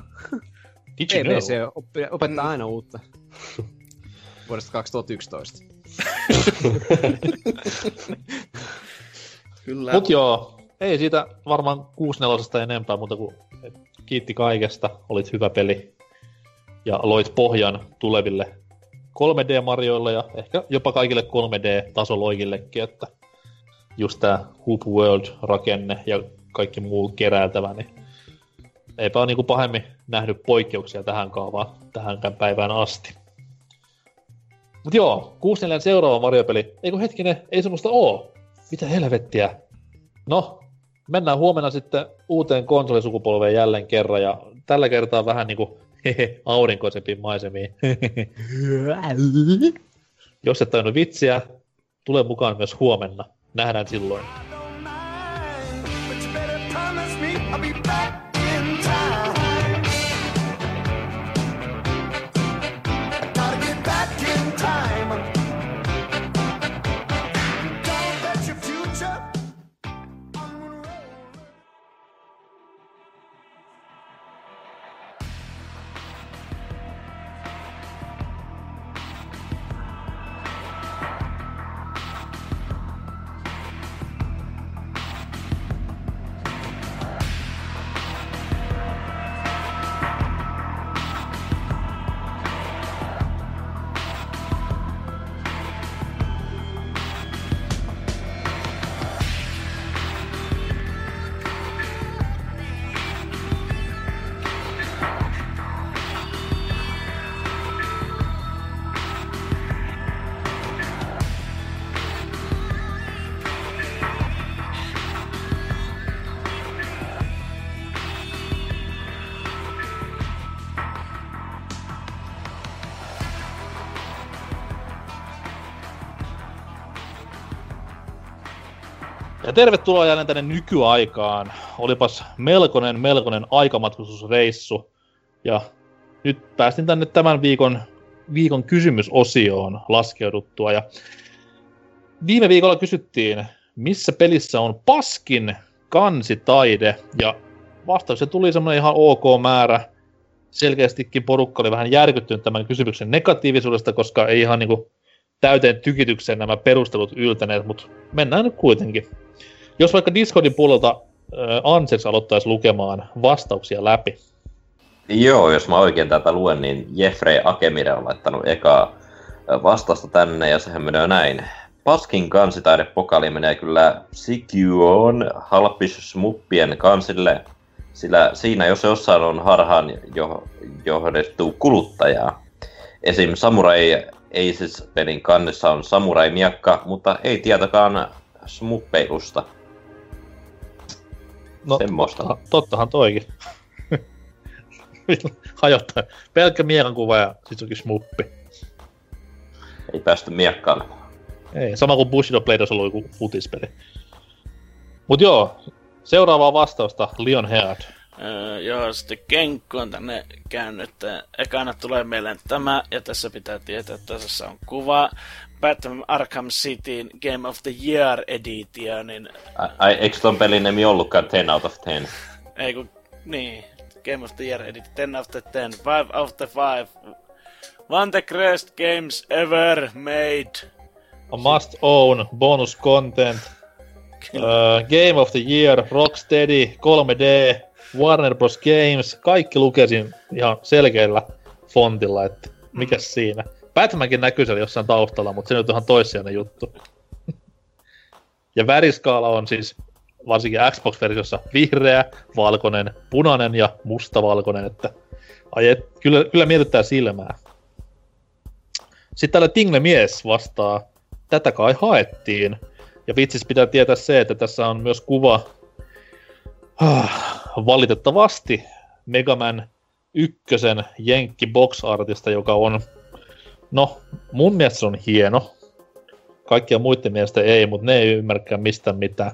E B C opettaa aina uutta. Vuodesta kaksituhattayksitoista. Kyllä. Mut joo. Ei siitä varmaan kuusikymmentäneljä enempää, mutta kun kiitti kaikesta, olit hyvä peli ja loit pohjan tuleville kolme D-marjoille ja ehkä jopa kaikille kolme D-tasoloikillekin, että just tää Hoop World-rakenne ja kaikki muu keräiltävä, niin eipä ole niinku pahemmin nähnyt poikkeuksia tähän kaavaan, tähänkään päivään asti. Mut joo, kuusikymmentäneljä seuraava Mario-peli, eikö hetkinen, ei semmoista oo. Mitä helvettiä? No, mennään huomenna sitten uuteen konsolisukupolveen jälleen kerran, ja tällä kertaa vähän niinku hehe, aurinkoisempiin maisemiin. Jos et tainnut vitsiä, tule mukaan myös huomenna. Nähdään silloin. Ja tervetuloa jälleen tänne nykyaikaan. Olipas melkoinen, melkoinen aikamatkustusreissu. Ja nyt päästin tänne tämän viikon, viikon kysymysosioon laskeuduttua. Ja viime viikolla kysyttiin missä pelissä on paskin kansitaide, ja vastauksia tuli semmoinen ihan ok määrä. Selkeästikin porukka oli vähän järkyttynyt tämän kysymyksen negatiivisuudesta, koska ei ihan niinku täyteen tykitykseen nämä perustelut yltäneet, mutta mennään nyt kuitenkin. Jos vaikka Discordin puolelta äh, Anseks aloittaisi lukemaan vastauksia läpi. Joo, jos mä oikein tätä luen, niin Jeffrey Akemire on laittanut ekaa vastausta tänne, ja sehän menee näin. Paskin kansitaidepokali menee kyllä Sikyon halpis smuppien kansille, sillä siinä jos jossain on harhaan jo, johdettu kuluttajaa. Esim. Samurai Aces-pelin kannessa on samurai-miakka, mutta ei tietokaan smuppeilusta. No, semmoista. Totta, tottahan toikin. Hajottaa. Pelkkä miekan kuva ja sit onkin smuppi. Ei päästy miekkailemaan. Ei, sama kuin Bushido Blade olisi ollut joku futispeli. Mut joo, seuraavaa vastausta Lionheart. Öö, joo, sitten Kenkku on tänne käynyt, että ekana tulee mieleen tämä, ja tässä pitää tietää, että tässä on kuva Batman Arkham Cityn Game of the Year editionin. Ai, eikö ton pelin nimi ollutkaan ten out of ten? Ei kun, niin, Game of the Year edit, ten out of ten, five out of five. One of the greatest games ever made. A must own, bonus content, uh, Game of the Year, Rocksteady, kolme D, Warner Bros. Games, kaikki lukesin ihan selkeällä fontilla, että mikäs mm. siinä. Batmankin näkyy siellä jossain taustalla, mutta se nyt on ihan toissijainen juttu. Ja väriskaala on siis varsinkin Xbox-versiossa vihreä, valkoinen, punainen ja mustavalkoinen, että ai et, kyllä, kyllä mietittää silmää. Sitten täällä Tingle-mies vastaa, tätä kai haettiin. Ja vitsis pitää tietää se, että tässä on myös kuva valitettavasti Mega Man ykkösen Jenkki box artista, joka on, no mun mielestä se on hieno. Kaikkia muiden mielestä ei, mutta ne ei ymmärräkään mistään mitään.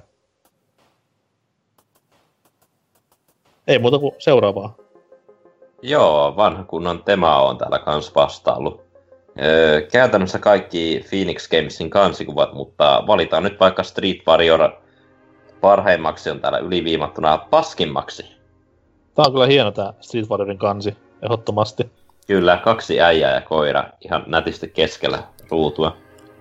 Ei muuta kuin seuraavaa. Joo, vanha kunnon Tema on täällä kans vastaillut. Öö, käytännössä kaikki Phoenix Gamesin kansikuvat, mutta valitaan nyt vaikka Street Warrior parhaimmaksi on täällä yliviimattuna paskimmaksi. Tää on kyllä hieno tää Street Warriorin kansi, ehdottomasti. Kyllä, kaksi äijää ja koira ihan nätisti keskellä ruutua.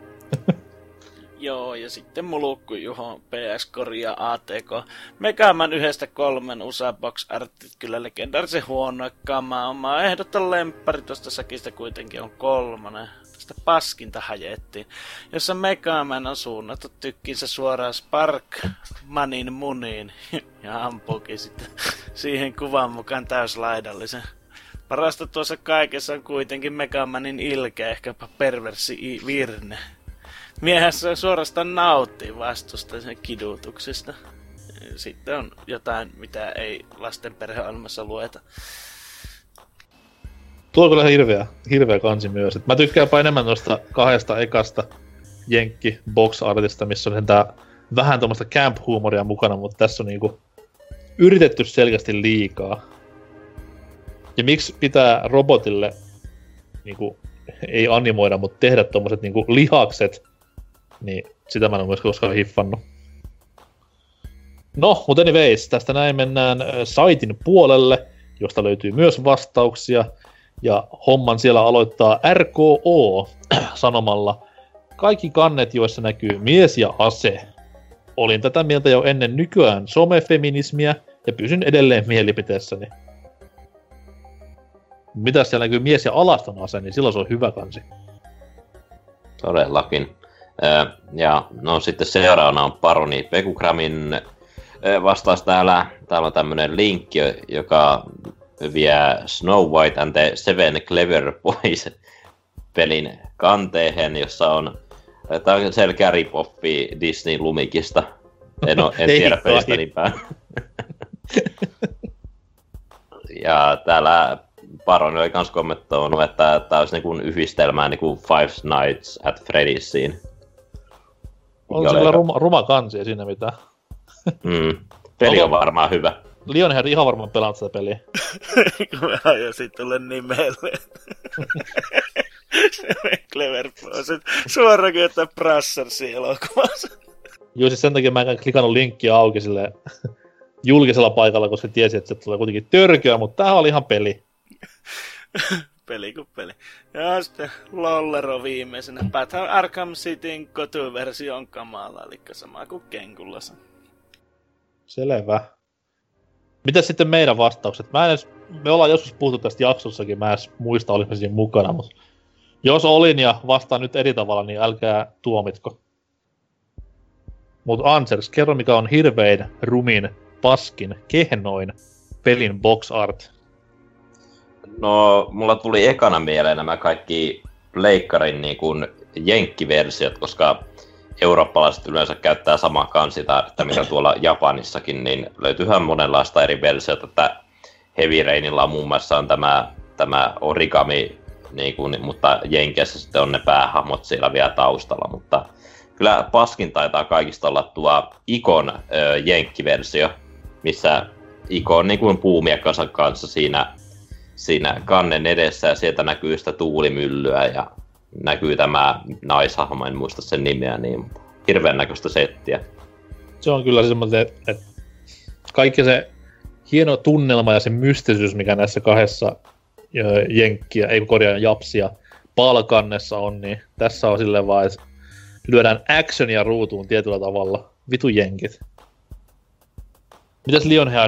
Joo, ja sitten Mulukku Juho, P S Kori ja A T K. Mega Man yhdestä kolmen U S A Box Artit kyllä legendaarisen huono kamaa. Oma ehdoton lemppari tuosta säkistä kuitenkin on kolmonen. Tästä paskinta hajettiin, jossa Mega Man on suunnattu tykkinsä suoraan Sparkmanin muniin. Ja ampuukin sitten siihen kuvan mukaan täyslaidallisen. Parasta tuossa kaikessa on kuitenkin Mega Manin ilkeä, ehkäpä perversi virne. Miehessä suorastaan nauttii vastusta sen kidutuksesta. Sitten on jotain, mitä ei lastenperheohjelmassa lueta. Tuo on kyllä hirveä, hirveä kansi myös. Et mä tykkäänpä enemmän noista kahdesta ekasta Jenkki box artista, missä on tää vähän tommoista camp-huumoria mukana, mutta tässä on niinku yritetty selkeästi liikaa. Ja miksi pitää robotille niinku, ei animoida, mutta tehdä tommoset niinku lihakset, niin sitä mä en ole myöskään koskaan hiffannut. No, mutta anyways, tästä näin mennään saitin puolelle, josta löytyy myös vastauksia. Ja homman siellä aloittaa R K O sanomalla, kaikki kannet, joissa näkyy mies ja ase. Olin tätä mieltä jo ennen nykyään somefeminismiä ja pysyn edelleen mielipiteessäni. Mitäs siellä näkyy mies ja alaston ase, niin silloin se on hyvä kansi. Todellakin. Ja no sitten seuraavana on Paroni Pekukramin vastaus täällä. Täällä on tämmönen linkki, joka vie Snow White and the Seven Clever Boys pelin kanteehen, jossa on, tää on selkeä rip-offi Disney Lumikista. En, oo, en tiedä pelistä niin päin. Ja täällä Paroni oli kans kommentoinut, että tää olisi niinku yhdistelmää niinku Five Nights at Freddy'siin. On se kyllä ruma, ruma kansi, ei siinä mitään. Mm. Peli on varmaan hyvä. Lionhead ihan varmaan pelannut sitä peliä. Kun mä aion siitä tulla nimelle. Clever Boys. Suorakin jotain Brassersin elokuvassa. Joo, siis sen takia mä en klikannut linkkiä auki silleen julkisella paikalla, koska tiesin, että se tulee kuitenkin törkyä, mutta tää oli ihan peli. Peli kuin peli. Ja sitten Lollero viimeisenä. Batman Arkham Cityn kotiversio on kamala, eli sama kuin Kenkullassa. Selvä. Mitäs sitten meidän vastaukset? Mä en edes, me ollaan joskus puhuttu tästä jaksossakin, mä en edes muista, olimme siinä mukana, mutta jos olin ja vastaan nyt eri tavalla, niin älkää tuomitko. Mut Ansers, kerro mikä on hirvein, rumin, paskin, kehnoin pelin box art. No, mulla tuli ekana mieleen nämä kaikki pleikkarin niin kuin jenkkiversiot, koska eurooppalaiset yleensä käyttää samaa kansitartta, mitä tuolla Japanissakin, niin löytyyhän monenlaista eri versiota, että Heavy Rainilla on muun muassa on tämä, tämä origami, niin kuin, mutta Jenkeissä sitten on ne päähahmot siellä vielä taustalla, mutta kyllä paskin taitaa kaikista olla tuo Ikon ö, jenkkiversio, missä Iko on niin kuin puumiekansa kanssa siinä, siinä kannen edessä ja sieltä näkyy sitä tuulimyllyä ja näkyy tämä naishahmo, en muista sen nimeä, niin hirveän näköistä settiä. Se on kyllä semmoinen, että et kaikki se hieno tunnelma ja se mystisyys, mikä näissä kahdessa jenkkiä, ei korjaa japsia, palkannessa on, niin tässä on silleen vaan, että lyödään actionia ruutuun tietyllä tavalla. Vitu jenkit. Mitäs Lionhead?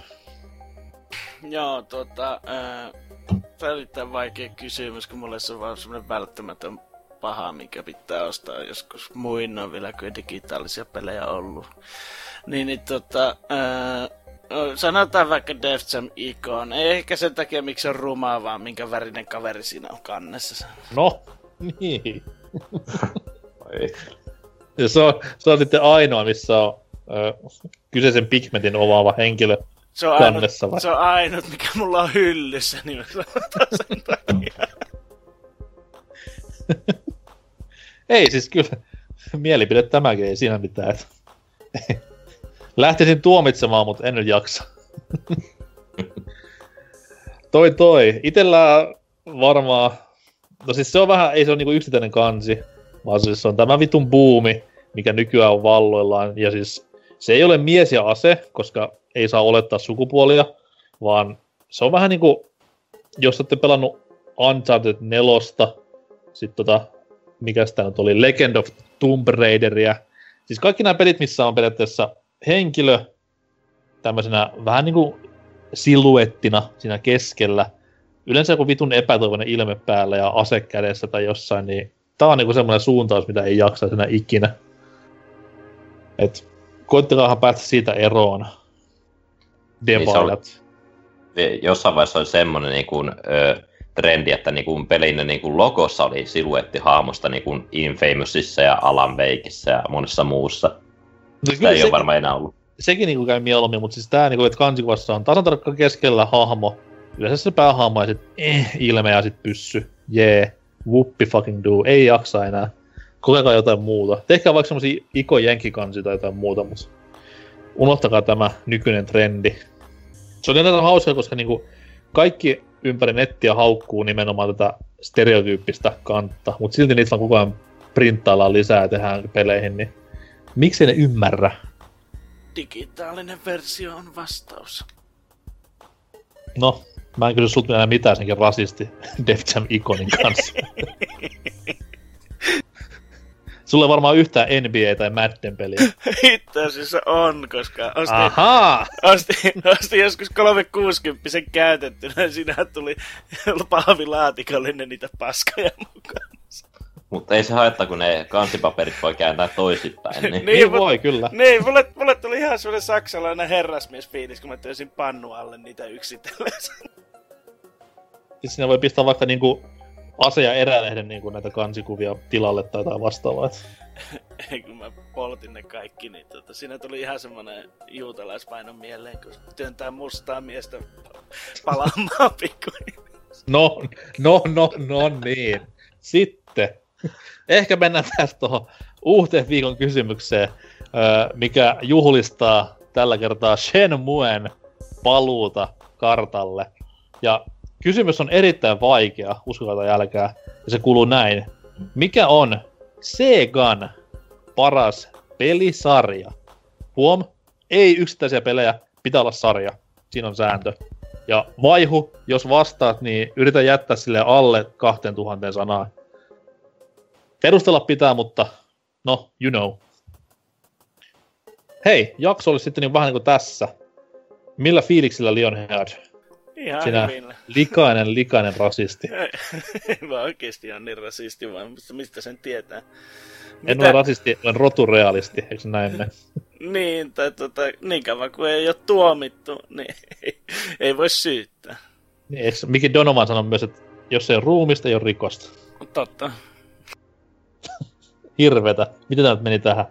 Joo, tota... Ää... Tämä on erittäin vaikea kysymys, kun mulle se on vaan semmoinen välttämätön paha, mikä pitää ostaa joskus muinoin vielä, kun ei digitaalisia pelejä ollut. Niin, niin tota... Ää... Sanotaan vaikka Def Jam Icon. Ei ehkä sen takia, miksi se on rumaa, vaan minkä värinen kaveri siinä on kannessa. No, niin. Ja se on, se on sitten ainoa, missä on ö, kyseisen pigmentin omaava henkilö se on kannessa. Ainut, se on ainut, mikä mulla on hyllyssä, niin mä sanotaan sen takia. Ei, siis kyllä mielipide tämäkin, ei siinä mitään. Lähtisin tuomitsemaan, mutta en nyt jaksa. toi toi. Itellä varmaan... No siis se on vähän, ei se ole niinku yksittäinen kansi, vaan siis se on tämä vitun buumi, mikä nykyään on valloillaan. Ja siis se ei ole mies ja ase, koska ei saa olettaa sukupuolia, vaan se on vähän niinku, jos olette pelannut Uncharted nelosta, sit tota, mikä sitä nyt oli, Legend of Tomb Raideria. Siis kaikki nämä pelit, missä on periaatteessa henkilö tämmöisenä vähän niinku siluettina siinä keskellä. Yleensä joku vitun epätoivoinen ilme päällä ja ase kädessä tai jossain, niin tää on niinku semmoinen suuntaus, mitä ei jaksa enää ikinä. Et koittakaahan päästä siitä eroon. Devailat. Niin jossain vaiheessa oli semmoinen niin kuin, ö, trendi, että niin kuin pelin niin kuin logossa oli siluetti hahmosta niin kuin Infamousissa ja Alan Wakeissa ja monessa muussa. No, sitä ei se, ole varmaan enää ollut. Sekin niin kuin käy mieluummin, mutta siis tää, niin kuin, että kansikuvassa on tasan tarkka keskellä hahmo. Yleensä se päähahmo ja sit eh, ilme ja sit pyssy. Jee, yeah. Whoopi fucking do. Ei jaksa enää. Kokekaa jotain muuta. Tehkää vaikka semmosia Iko Jenkki-kansia tai jotain muuta, mutta unohtakaa tämä nykyinen trendi. Se on jotenkin hauskaa, koska niinku kaikki ympäri nettiä haukkuu nimenomaan tätä stereotyyppistä kantta, mutta silti niitä vaan koko ajan printtaillaan lisää ja tehdään peleihin, niin miksi ne ymmärrä? Digitaalinen versio on vastaus. No, mä en kysy sulta enää mitään senkin rasisti Def Jam Iconin kanssa. Sulla ei varmaan yhtään N B A tai Madden peliä. Itse asiassa on, koska ostin, Ahaa! ostin, ostin joskus kolmesataakuusikymmentä käytettynä ja siinä tuli pahvilaatikollinen niitä paskoja mukaan. Mutta ei se haittaa, kun ne kansipaperit voi kääntää toisittain. Niin, niin, niin voi, kyllä. Niin, mulle, mulle tuli ihan semmoinen saksalainen herrasmiesfiilis, kun mä töisin pannu alle niitä yksitellen. Siis siinä voi pistää vaikka niinku ase- ja erälehden niinku näitä kansikuvia tilalle tai jotain vastaavaa. Ei, kun mä poltin ne kaikki, niin tota, siinä tuli ihan semmonen juutalaispaino mieleen, kun työntää mustaa miestä palaamaan pikkuin. No, no, no, no niin. Sitten. Ehkä mennään tästä tuohon uuteen viikon kysymykseen, mikä juhlistaa tällä kertaa Shenmuen paluuta kartalle. Ja kysymys on erittäin vaikea, uskokaa tai älkää, ja se kuuluu näin. Mikä on Segan paras pelisarja. Huom, ei yksittäisiä pelejä, pitää olla sarja. Siinä on sääntö. Ja vaihu, jos vastaat, niin yritä jättää sille alle kahteen tuhanteen sanaa. Perustella pitää, mutta no, you know. Hei, jakso olisi sitten niin vähän niin kuin tässä. Millä fiiliksillä Lionhead? Ihan Sinä hyvin. likainen, likainen rasisti. Ei vaan oikeesti on niin rasisti, vaan mistä sen tietää. En Mitä? ole rasisti, olen roturealisti, eikö näin me? Niin, tai tota, niin kauan kuin ei ole tuomittu, niin ei, ei voi syyttää. Niin, eikö Miki Donovan sanoi myös, että jos ei ole ruumista, ei ole rikosta. Totta. Hirvetä. Miten tämä nyt meni tähän?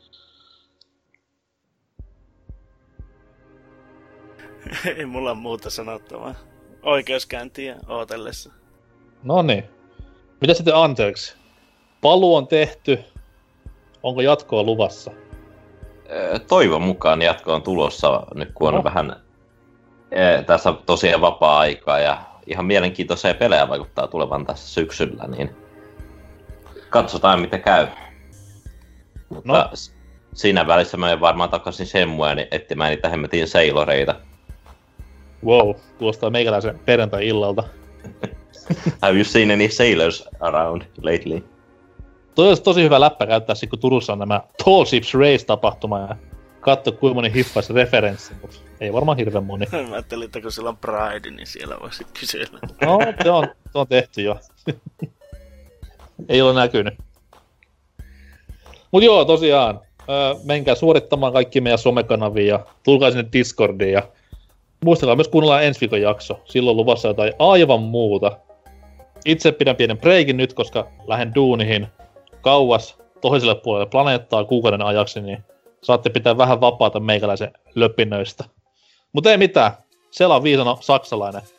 Ei mulla muuta sanottavaa. Oikeuskäyntiä ootellessa. No niin. Mitä sitten anteeksi? Paluu on tehty. Onko jatkoa luvassa? Öö, Toivon mukaan jatko on tulossa nyt, kun on Oho. vähän ee, tässä on tosiaan vapaa-aikaa ja ihan mielenkiintoisia pelejä vaikuttaa tulevan tässä syksyllä, niin katsotaan mitä käy. Mutta No. s- siinä välissä menen varmaan takaisin Semmueen niin etsimään niitä hemmetin seiloreita. Wow, kuulostaa meikäläisen perjantai-illalta. Have you seen any sailors around lately? Toi olisi tosi hyvä läppä käyttää sit, kun Turussa on nämä Tall Ships Race-tapahtuma ja katso kuinka moni hiffaisi referenssi, mutta ei varmaan hirveän moni. Mä ajattelin, että kun sillä on Pride, niin siellä voisi kysellä. No, se on, se on tehty jo. Ei ole näkynyt. Mut joo, tosiaan. Öö, menkää suorittamaan kaikki meidän somekanavia ja tulkaa sinne Discordiin ja muistakaa myös kuunnellaan ensi viikon jakso. Silloin on luvassa jotain aivan muuta. Itse pidän pienen breikin nyt, koska lähden duunihin kauas toiselle puolelle planeettaa kuukauden ajaksi, niin saatte pitää vähän vapaata meikäläisen löpinöistä. Mutta ei mitään. Sela Viisano saksalainen.